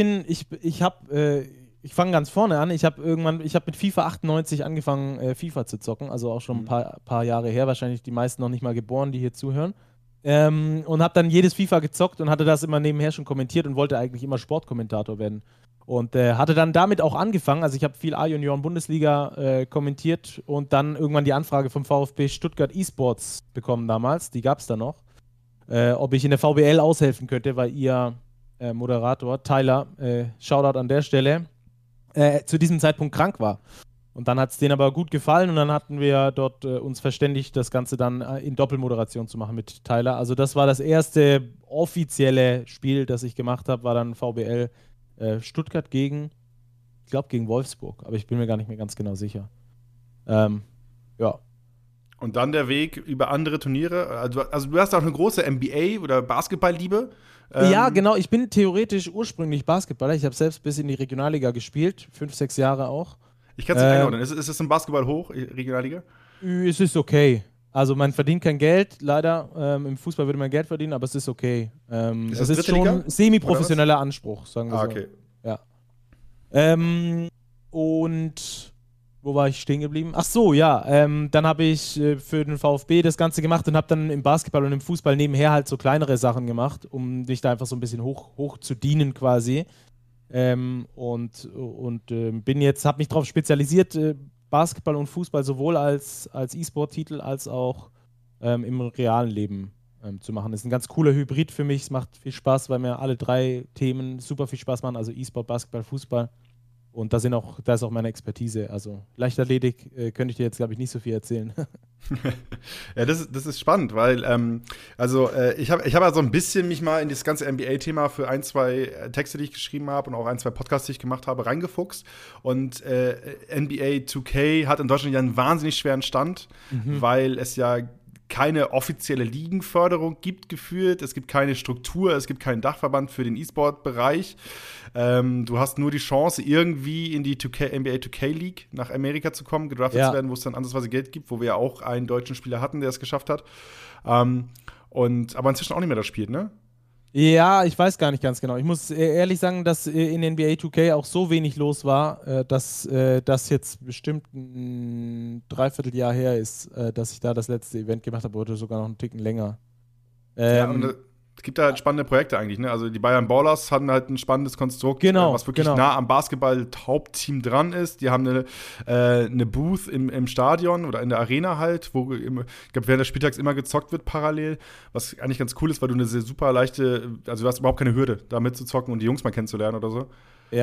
fange ganz vorne an. Ich habe mit FIFA 98 angefangen, FIFA zu zocken, also auch schon ein paar Jahre her, wahrscheinlich die meisten noch nicht mal geboren, die hier zuhören. Und habe dann jedes FIFA gezockt und hatte das immer nebenher schon kommentiert und wollte eigentlich immer Sportkommentator werden. Und hatte dann damit auch angefangen, also ich habe viel A-Junioren-Bundesliga kommentiert und dann irgendwann die Anfrage vom VfB Stuttgart E-Sports bekommen damals, die gab es da noch, ob ich in der VBL aushelfen könnte, weil ihr Moderator, Tyler, Shoutout an der Stelle, zu diesem Zeitpunkt krank war. Und dann hat es denen aber gut gefallen und dann hatten wir dort uns verständigt, das Ganze dann in Doppelmoderation zu machen mit Tyler. Also das war das erste offizielle Spiel, das ich gemacht habe, war dann VBL Stuttgart gegen Wolfsburg, aber ich bin mir gar nicht mehr ganz genau sicher. Ja. Und dann der Weg über andere Turniere. Also du hast auch eine große NBA- oder Basketballliebe. Ja, genau. Ich bin theoretisch ursprünglich Basketballer. Ich habe selbst bis in die Regionalliga gespielt, 5, 6 Jahre auch. Ich kann es nicht einordnen. Ist es im Basketball hoch, Regionalliga? Es ist okay. Also man verdient kein Geld, leider. Im Fußball würde man Geld verdienen, aber es ist okay. Es ist schon ein semi-professioneller Anspruch, sagen wir so. Okay. Ja. Und wo war ich stehen geblieben? Ach so, ja. Dann habe ich für den VfB das Ganze gemacht und habe dann im Basketball und im Fußball nebenher halt so kleinere Sachen gemacht, um mich da einfach so ein bisschen hoch zu dienen quasi. Habe mich darauf spezialisiert, Basketball und Fußball sowohl als E-Sport-Titel als auch im realen Leben zu machen. Das ist ein ganz cooler Hybrid für mich. Es macht viel Spaß, weil mir alle 3 Themen super viel Spaß machen, also E-Sport, Basketball, Fußball. Und da ist auch meine Expertise. Also Leichtathletik könnte ich dir jetzt, glaube ich, nicht so viel erzählen. Ja, das ist spannend, weil ich habe so ein bisschen mich mal in das ganze NBA-Thema für 1, 2 Texte, die ich geschrieben habe und auch 1, 2 Podcasts, die ich gemacht habe, reingefuchst. Und NBA 2K hat in Deutschland ja einen wahnsinnig schweren Stand, weil es ja keine offizielle Ligenförderung gibt, gefühlt. Es gibt keine Struktur, es gibt keinen Dachverband für den E-Sport-Bereich. Du hast nur die Chance, irgendwie in die NBA 2K League nach Amerika zu kommen, gedraftet zu werden, wo es dann ansatzweise Geld gibt, wo wir ja auch einen deutschen Spieler hatten, der es geschafft hat. Aber inzwischen auch nicht mehr das spielt, ne? Ja, ich weiß gar nicht ganz genau. Ich muss ehrlich sagen, dass in NBA 2K auch so wenig los war, dass das jetzt bestimmt ein Dreivierteljahr her ist, dass ich da das letzte Event gemacht habe, oder sogar noch einen Ticken länger. Es gibt da halt spannende Projekte eigentlich, ne? Also die Bayern Ballers hatten halt ein spannendes Konstrukt, was wirklich nah am Basketball-Hauptteam dran ist. Die haben eine Booth im Stadion oder in der Arena halt, wo ich glaube, während des Spieltags immer gezockt wird parallel, was eigentlich ganz cool ist, weil du eine super leichte, also du hast überhaupt keine Hürde, da mitzuzocken und die Jungs mal kennenzulernen oder so. Ja.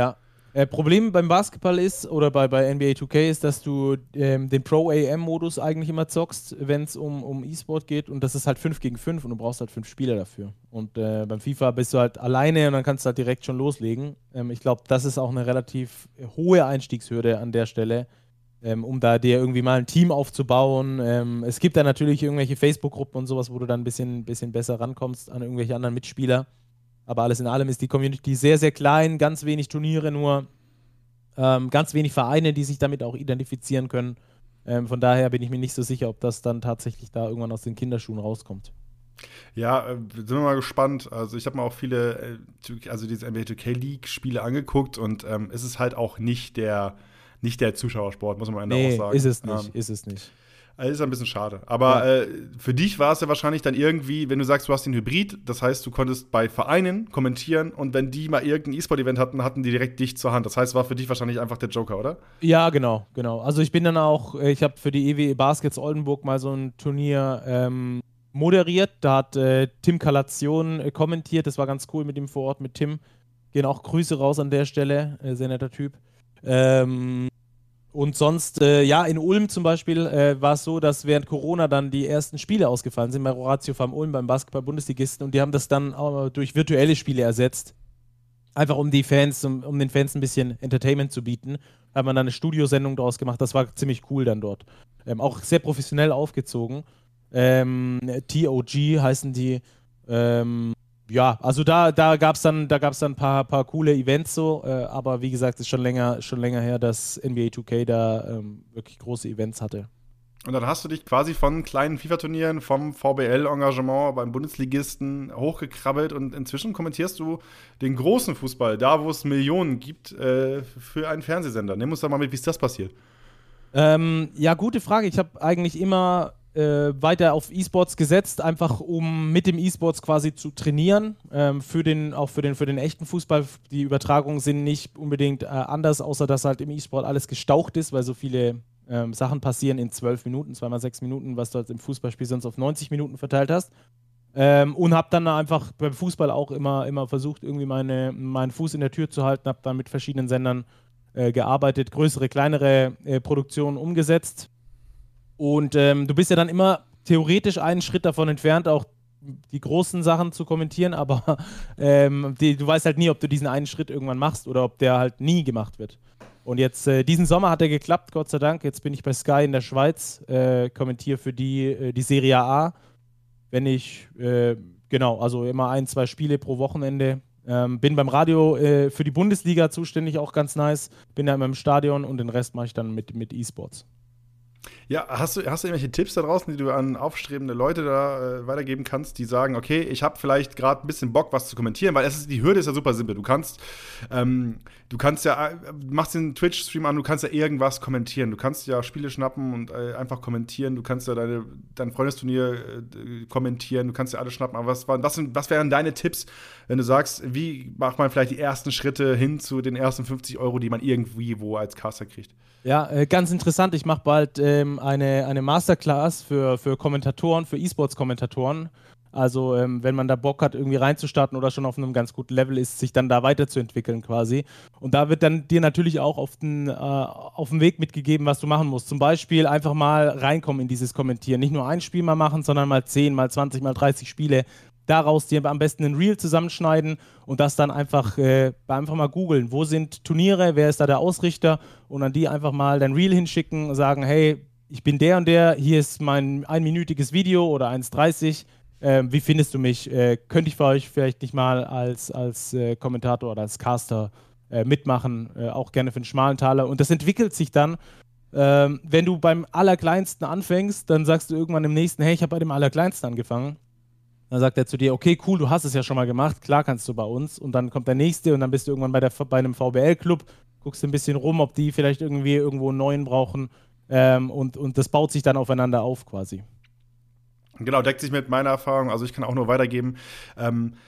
Problem beim Basketball ist, oder bei NBA 2K ist, dass du den Pro-AM-Modus eigentlich immer zockst, wenn es um E-Sport geht, und das ist halt 5 gegen 5 und du brauchst halt 5 Spieler dafür. Und beim FIFA bist du halt alleine und dann kannst du halt direkt schon loslegen. Ich glaube, das ist auch eine relativ hohe Einstiegshürde an der Stelle, um da dir irgendwie mal ein Team aufzubauen. Es gibt da natürlich irgendwelche Facebook-Gruppen und sowas, wo du dann ein bisschen besser rankommst an irgendwelche anderen Mitspieler. Aber alles in allem ist die Community sehr, sehr klein, ganz wenig Turniere nur, ganz wenig Vereine, die sich damit auch identifizieren können. Von daher bin ich mir nicht so sicher, ob das dann tatsächlich da irgendwann aus den Kinderschuhen rauskommt. Ja, sind wir mal gespannt. Also ich habe mir auch viele, also diese NBA 2K League-Spiele angeguckt und es ist halt auch nicht der Zuschauersport, muss man am Ende auch sagen. Ist es nicht, ist es nicht. Also ist ein bisschen schade. Aber für dich war es ja wahrscheinlich dann irgendwie, wenn du sagst, du hast den Hybrid, das heißt, du konntest bei Vereinen kommentieren und wenn die mal irgendein E-Sport-Event hatten, hatten die direkt dich zur Hand. Das heißt, war für dich wahrscheinlich einfach der Joker, oder? Ja, genau. Also ich bin dann auch, ich habe für die EWE Baskets Oldenburg mal so ein Turnier moderiert. Da hat Tim Kalation kommentiert. Das war ganz cool mit ihm vor Ort, mit Tim. Gehen auch Grüße raus an der Stelle. Sehr netter Typ. Und sonst, in Ulm zum Beispiel war es so, dass während Corona dann die ersten Spiele ausgefallen sind bei Horatio Farm Ulm, beim Basketball-Bundesligisten, und die haben das dann durch virtuelle Spiele ersetzt. Einfach um die Fans, um den Fans ein bisschen Entertainment zu bieten. Da hat man dann eine Studiosendung draus gemacht. Das war ziemlich cool dann dort. Auch sehr professionell aufgezogen. TOG heißen die. Also da gab es dann ein paar coole Events so, aber wie gesagt, es ist schon länger her, dass NBA 2K da wirklich große Events hatte. Und dann hast du dich quasi von kleinen FIFA-Turnieren, vom VBL-Engagement beim Bundesligisten hochgekrabbelt und inzwischen kommentierst du den großen Fußball, da wo es Millionen gibt, für einen Fernsehsender. Nimm uns da mal mit, wie ist das passiert? Gute Frage. Ich habe eigentlich immer weiter auf E-Sports gesetzt, einfach um mit dem E-Sports quasi zu trainieren. Für den echten Fußball. Die Übertragungen sind nicht unbedingt anders, außer dass halt im E-Sport alles gestaucht ist, weil so viele Sachen passieren in 12 Minuten, 2x6 Minuten, was du halt im Fußballspiel sonst auf 90 Minuten verteilt hast. Und habe dann einfach beim Fußball auch immer versucht, irgendwie meinen Fuß in der Tür zu halten, habe dann mit verschiedenen Sendern gearbeitet, größere, kleinere Produktionen umgesetzt. Und du bist ja dann immer theoretisch einen Schritt davon entfernt, auch die großen Sachen zu kommentieren, aber du weißt halt nie, ob du diesen einen Schritt irgendwann machst oder ob der halt nie gemacht wird. Und jetzt, diesen Sommer hat er geklappt, Gott sei Dank. Jetzt bin ich bei Sky in der Schweiz, kommentiere für die Serie A. Wenn ich, also immer 1-2 Spiele pro Wochenende. Bin beim Radio für die Bundesliga zuständig, auch ganz nice. Bin da immer im Stadion und den Rest mache ich dann mit E-Sports. Ja, hast du irgendwelche Tipps da draußen, die du an aufstrebende Leute da weitergeben kannst, die sagen, okay, ich habe vielleicht gerade ein bisschen Bock, was zu kommentieren, weil die Hürde ist ja super simpel. Du kannst machst den Twitch-Stream an, du kannst ja irgendwas kommentieren. Du kannst ja Spiele schnappen und einfach kommentieren. Du kannst ja dein Freundesturnier kommentieren. Du kannst ja alles schnappen. Aber was wären deine Tipps, wenn du sagst, wie macht man vielleicht die ersten Schritte hin zu den ersten 50 Euro, die man irgendwie wo als Caster kriegt? Ja, ganz interessant. Ich mache bald eine Masterclass für Kommentatoren, für E-Sports-Kommentatoren. Also, wenn man da Bock hat, irgendwie reinzustarten oder schon auf einem ganz guten Level ist, sich dann da weiterzuentwickeln quasi. Und da wird dann dir natürlich auch auf den Weg mitgegeben, was du machen musst. Zum Beispiel einfach mal reinkommen in dieses Kommentieren. Nicht nur ein Spiel mal machen, sondern mal 10, mal 20, mal 30 Spiele. Daraus dir am besten ein Reel zusammenschneiden und das dann einfach mal googeln. Wo sind Turniere? Wer ist da der Ausrichter? Und an die einfach mal dein Reel hinschicken und sagen, hey, ich bin der und der, hier ist mein einminütiges Video oder 1,30. Wie findest du mich? Könnte ich für euch vielleicht nicht mal als Kommentator oder als Caster mitmachen? Auch gerne für einen schmalen Taler. Und das entwickelt sich dann. Wenn du beim Allerkleinsten anfängst, dann sagst du irgendwann im nächsten, hey, ich habe bei dem Allerkleinsten angefangen. Dann sagt er zu dir, okay, cool, du hast es ja schon mal gemacht, klar kannst du bei uns. Und dann kommt der nächste und dann bist du irgendwann bei einem VBL-Club, guckst ein bisschen rum, ob die vielleicht irgendwo einen neuen brauchen. Und das baut sich dann aufeinander auf quasi. Genau, deckt sich mit meiner Erfahrung. Also ich kann auch nur weitergeben,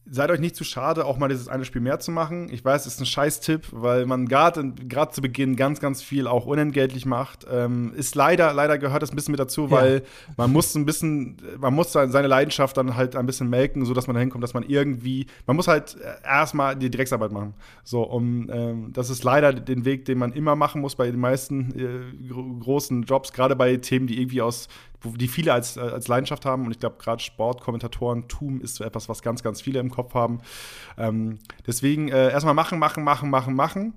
seid euch nicht zu schade, auch mal dieses eine Spiel mehr zu machen. Ich weiß, es ist ein Scheiß-Tipp, weil man gerade zu Beginn ganz, ganz viel auch unentgeltlich macht. Ist leider gehört das ein bisschen mit dazu, weil man muss seine Leidenschaft dann halt ein bisschen melken, sodass man dahin kommt, dass man muss halt erstmal die Drecksarbeit machen. So, das ist leider den Weg, den man immer machen muss bei den meisten großen Jobs, gerade bei Themen, die viele als Leidenschaft haben. Und ich glaube, gerade Sportkommentatorentum ist so etwas, was ganz, ganz viele im Kopf haben. Deswegen erstmal machen.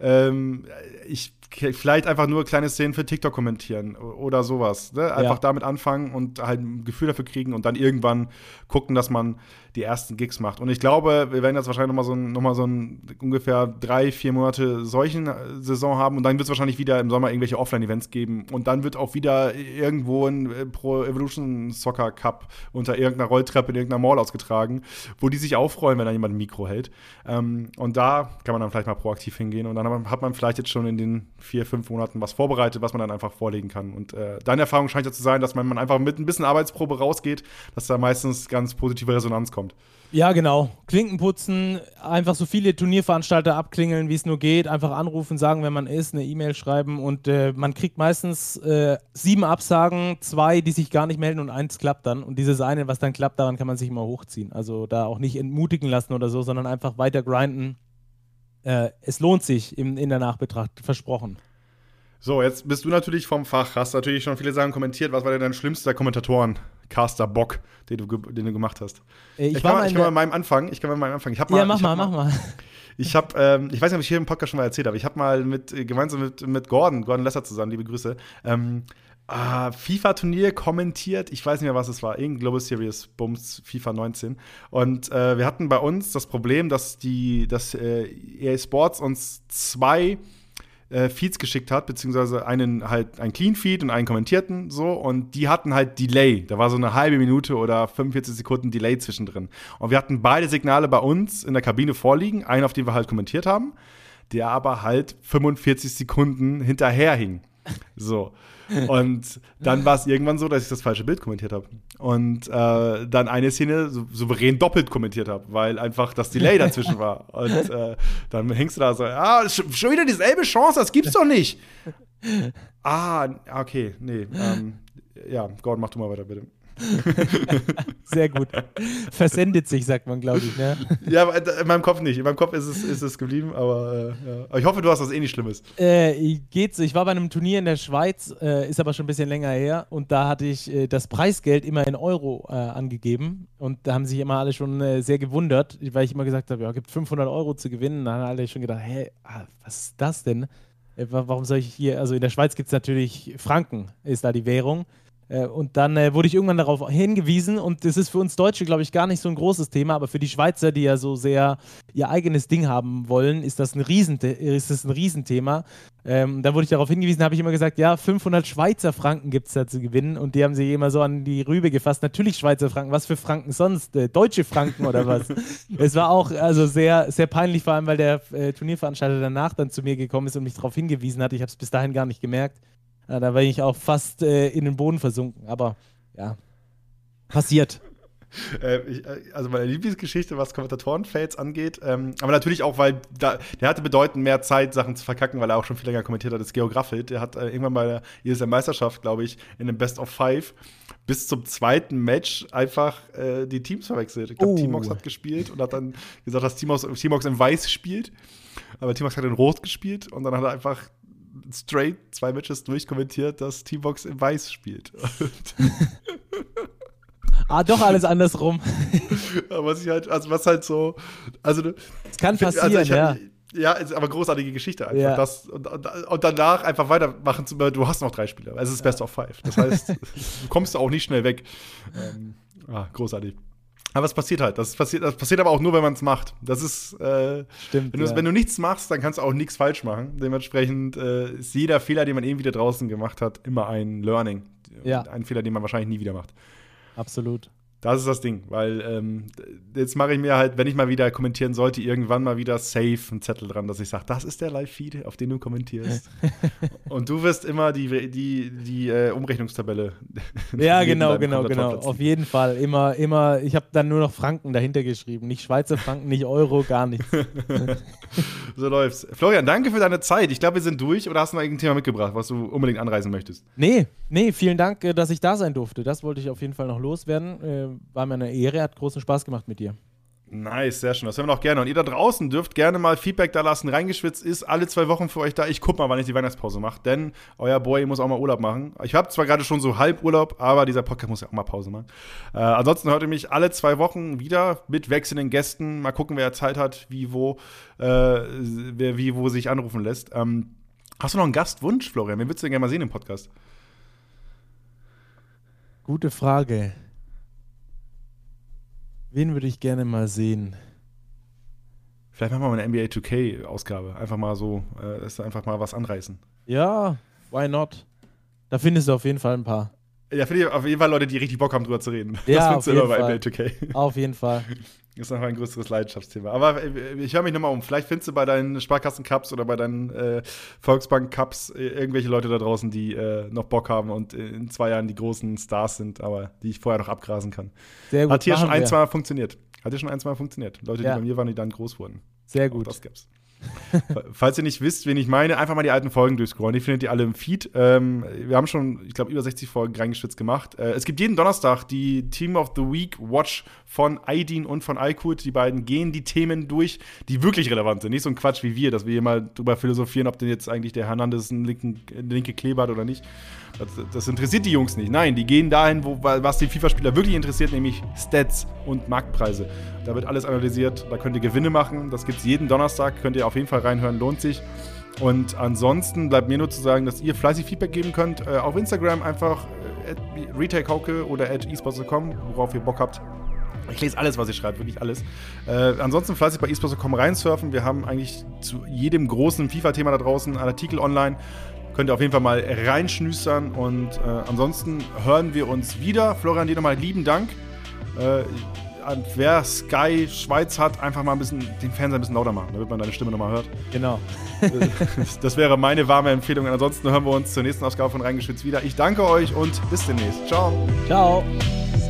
Vielleicht einfach nur kleine Szenen für TikTok kommentieren oder sowas. Ne? Einfach damit anfangen und halt ein Gefühl dafür kriegen und dann irgendwann gucken, dass man die ersten Gigs macht. Und ich glaube, wir werden jetzt wahrscheinlich noch mal so ein ungefähr 3-4 Monate solchen Saison haben und dann wird es wahrscheinlich wieder im Sommer irgendwelche Offline-Events geben und dann wird auch wieder irgendwo ein Pro Evolution Soccer Cup unter irgendeiner Rolltreppe in irgendeiner Mall ausgetragen, wo die sich auch freuen, wenn da jemand ein Mikro hält. Und da kann man dann vielleicht mal proaktiv hingehen und dann hat man vielleicht jetzt schon in den 4-5 Monaten was vorbereitet, was man dann einfach vorlegen kann. Und deine Erfahrung scheint ja zu sein, dass man einfach mit ein bisschen Arbeitsprobe rausgeht, dass da meistens ganz positive Resonanz kommt. Ja, genau. Klinken putzen, einfach so viele Turnierveranstalter abklingeln, wie es nur geht, einfach anrufen, sagen, wenn man ist, eine E-Mail schreiben und man kriegt meistens 7 Absagen, 2, die sich gar nicht melden und 1 klappt dann. Und dieses eine, was dann klappt, daran kann man sich immer hochziehen. Also da auch nicht entmutigen lassen oder so, sondern einfach weiter grinden. Es lohnt sich in der Nachbetracht, versprochen. So, jetzt bist du natürlich vom Fach, hast natürlich schon viele Sachen kommentiert. Was war denn dein schlimmster Kommentatoren-Caster-Bock, den du gemacht hast? Ich kann mal mit meinem anfangen. Mach mal. Ich weiß nicht, ob ich hier im Podcast schon mal erzählt habe. Ich habe mal gemeinsam mit Gordon Lesser zusammen, liebe Grüße, FIFA-Turnier kommentiert. Ich weiß nicht mehr, was es war. Irgendein Global Series Bums FIFA 19. Und wir hatten bei uns das Problem, dass EA Sports uns 2 Feeds geschickt hat, beziehungsweise einen Clean Feed und einen kommentierten, so, und die hatten halt Delay. Da war so eine halbe Minute oder 45 Sekunden Delay zwischendrin. Und wir hatten beide Signale bei uns in der Kabine vorliegen, einen, auf den wir halt kommentiert haben, der aber halt 45 Sekunden hinterher hing. So. Und dann war es irgendwann so, dass ich das falsche Bild kommentiert habe. Und dann eine Szene souverän doppelt kommentiert habe, weil einfach das Delay dazwischen war. Und dann hängst du da so, schon wieder dieselbe Chance, das gibt's doch nicht. Okay, nee. Gordon, mach du mal weiter, bitte. Sehr gut. Versendet sich, sagt man, glaube ich. Ne? Ja, in meinem Kopf nicht. In meinem Kopf ist es geblieben, aber ich hoffe, du hast was nicht Schlimmes. Geht so. Ich war bei einem Turnier in der Schweiz, ist aber schon ein bisschen länger her, und da hatte ich das Preisgeld immer in Euro angegeben, und da haben sich immer alle schon sehr gewundert, weil ich immer gesagt habe, ja, gibt 500 Euro zu gewinnen. Da haben alle schon gedacht, was ist das denn? Warum soll ich hier, also in der Schweiz gibt es natürlich Franken, ist da die Währung. Und dann wurde ich irgendwann darauf hingewiesen, und das ist für uns Deutsche, glaube ich, gar nicht so ein großes Thema, aber für die Schweizer, die ja so sehr ihr eigenes Ding haben wollen, ist das ein Riesenthema. Da wurde ich darauf hingewiesen, habe ich immer gesagt, ja, 500 Schweizer Franken gibt es da zu gewinnen, und die haben sich immer so an die Rübe gefasst. Natürlich Schweizer Franken, was für Franken sonst? Deutsche Franken oder was? Es war auch also sehr, sehr peinlich, vor allem, weil der Turnierveranstalter danach dann zu mir gekommen ist und mich darauf hingewiesen hat. Ich habe es bis dahin gar nicht gemerkt. Da war ich auch fast in den Boden versunken, aber ja, passiert. Also meine Lieblingsgeschichte, was Kommentatoren-Fails angeht, aber natürlich auch, weil der hatte bedeutend mehr Zeit, Sachen zu verkacken, weil er auch schon viel länger kommentiert hat, als Georg Raffelt. Der hat irgendwann bei der ISL-Meisterschaft, glaube ich, in einem Best of 5 bis zum zweiten Match einfach die Teams verwechselt. Ich glaube, Timox hat gespielt und hat dann gesagt, dass Timox in Weiß spielt, aber Timox hat in Rot gespielt, und dann hat er einfach straight 2 Matches durchkommentiert, dass T-Box in Weiß spielt. Doch alles andersrum. Was halt so, also es kann passieren, ja, ist aber großartige Geschichte einfach. Ja. Und danach einfach weitermachen zu, du hast noch 3 Spieler. Es ist Best of 5. Das heißt, du kommst auch nicht schnell weg. Großartig. Aber es passiert halt. Das passiert aber auch nur, wenn man es macht. Das ist, stimmt. Wenn du nichts machst, dann kannst du auch nichts falsch machen. Dementsprechend ist jeder Fehler, den man irgendwie da draußen gemacht hat, immer ein Learning. Ja. Ein Fehler, den man wahrscheinlich nie wieder macht. Absolut. Das ist das Ding, weil jetzt mache ich mir halt, wenn ich mal wieder kommentieren sollte, irgendwann mal wieder safe einen Zettel dran, dass ich sage, das ist der Live-Feed, auf den du kommentierst. Und du wirst immer die Umrechnungstabelle. Ja, genau. Auf jeden Fall. Immer, ich habe dann nur noch Franken dahinter geschrieben. Nicht Schweizer Franken, nicht Euro, gar nichts. So läuft's. Florian, danke für deine Zeit. Ich glaube, wir sind durch. Oder hast du noch irgendein Thema mitgebracht, was du unbedingt anreißen möchtest? Nee, vielen Dank, dass ich da sein durfte. Das wollte ich auf jeden Fall noch loswerden. War mir eine Ehre, hat großen Spaß gemacht mit dir. Nice, sehr schön. Das hören wir noch gerne. Und ihr da draußen dürft gerne mal Feedback da lassen. Reingeschwitzt ist alle 2 Wochen für euch da. Ich guck mal, wann ich die Weihnachtspause mache. Denn euer Boy muss auch mal Urlaub machen. Ich habe zwar gerade schon so Halburlaub, aber dieser Podcast muss ja auch mal Pause machen. Ansonsten hört ihr mich alle 2 Wochen wieder mit wechselnden Gästen. Mal gucken, wer Zeit hat, wo sich anrufen lässt. Hast du noch einen Gastwunsch, Florian? Wen würdest du denn gerne mal sehen im Podcast? Gute Frage. Wen würde ich gerne mal sehen? Vielleicht machen wir mal eine NBA 2K-Ausgabe. Einfach mal so, einfach mal was anreißen. Ja, why not? Da findest du auf jeden Fall ein paar. Ja, finde ich auf jeden Fall Leute, die richtig Bock haben, drüber zu reden. Ja, das findest du immer bei NBA 2K. Auf jeden Fall. Das ist noch ein größeres Leidenschaftsthema. Aber ich höre mich nochmal um. Vielleicht findest du bei deinen Sparkassen-Cups oder bei deinen Volksbank-Cups irgendwelche Leute da draußen, die noch Bock haben und in 2 Jahren die großen Stars sind, aber die ich vorher noch abgrasen kann. Sehr gut. Hat hier schon ein, zwei Mal funktioniert. Leute, die Ja. bei mir waren, die dann groß wurden. Sehr gut. Auch das gibt's. Falls ihr nicht wisst, wen ich meine, einfach mal die alten Folgen durchscrollen. Die findet ihr alle im Feed. Wir haben schon, ich glaube, über 60 Folgen reingeschwitzt gemacht. Es gibt jeden Donnerstag die Team of the Week Watch von Aydin und von Aykut. Die beiden gehen die Themen durch, die wirklich relevant sind. Nicht so ein Quatsch wie wir, dass wir hier mal drüber philosophieren, ob denn jetzt eigentlich der Hernandez eine linke Kleber hat oder nicht. Das interessiert die Jungs nicht. Nein, die gehen dahin, was die FIFA-Spieler wirklich interessiert, nämlich Stats und Marktpreise. Da wird alles analysiert, da könnt ihr Gewinne machen. Das gibt es jeden Donnerstag, könnt ihr auf jeden Fall reinhören, lohnt sich. Und ansonsten bleibt mir nur zu sagen, dass ihr fleißig Feedback geben könnt. Auf Instagram einfach @retailhauke oder @esports.com, worauf ihr Bock habt. Ich lese alles, was ihr schreibt, wirklich alles. Ansonsten fleißig bei esports.com reinsurfen. Wir haben eigentlich zu jedem großen FIFA-Thema da draußen einen Artikel online. Könnt ihr auf jeden Fall mal reinschnüstern. Und ansonsten hören wir uns wieder. Florian, dir nochmal lieben Dank. Wer Sky Schweiz hat, einfach mal den Fernseher ein bisschen lauter machen, damit man deine Stimme nochmal hört. Genau. Das wäre meine warme Empfehlung. Ansonsten hören wir uns zur nächsten Ausgabe von Reingeschwitzt wieder. Ich danke euch und bis demnächst. Ciao. Ciao.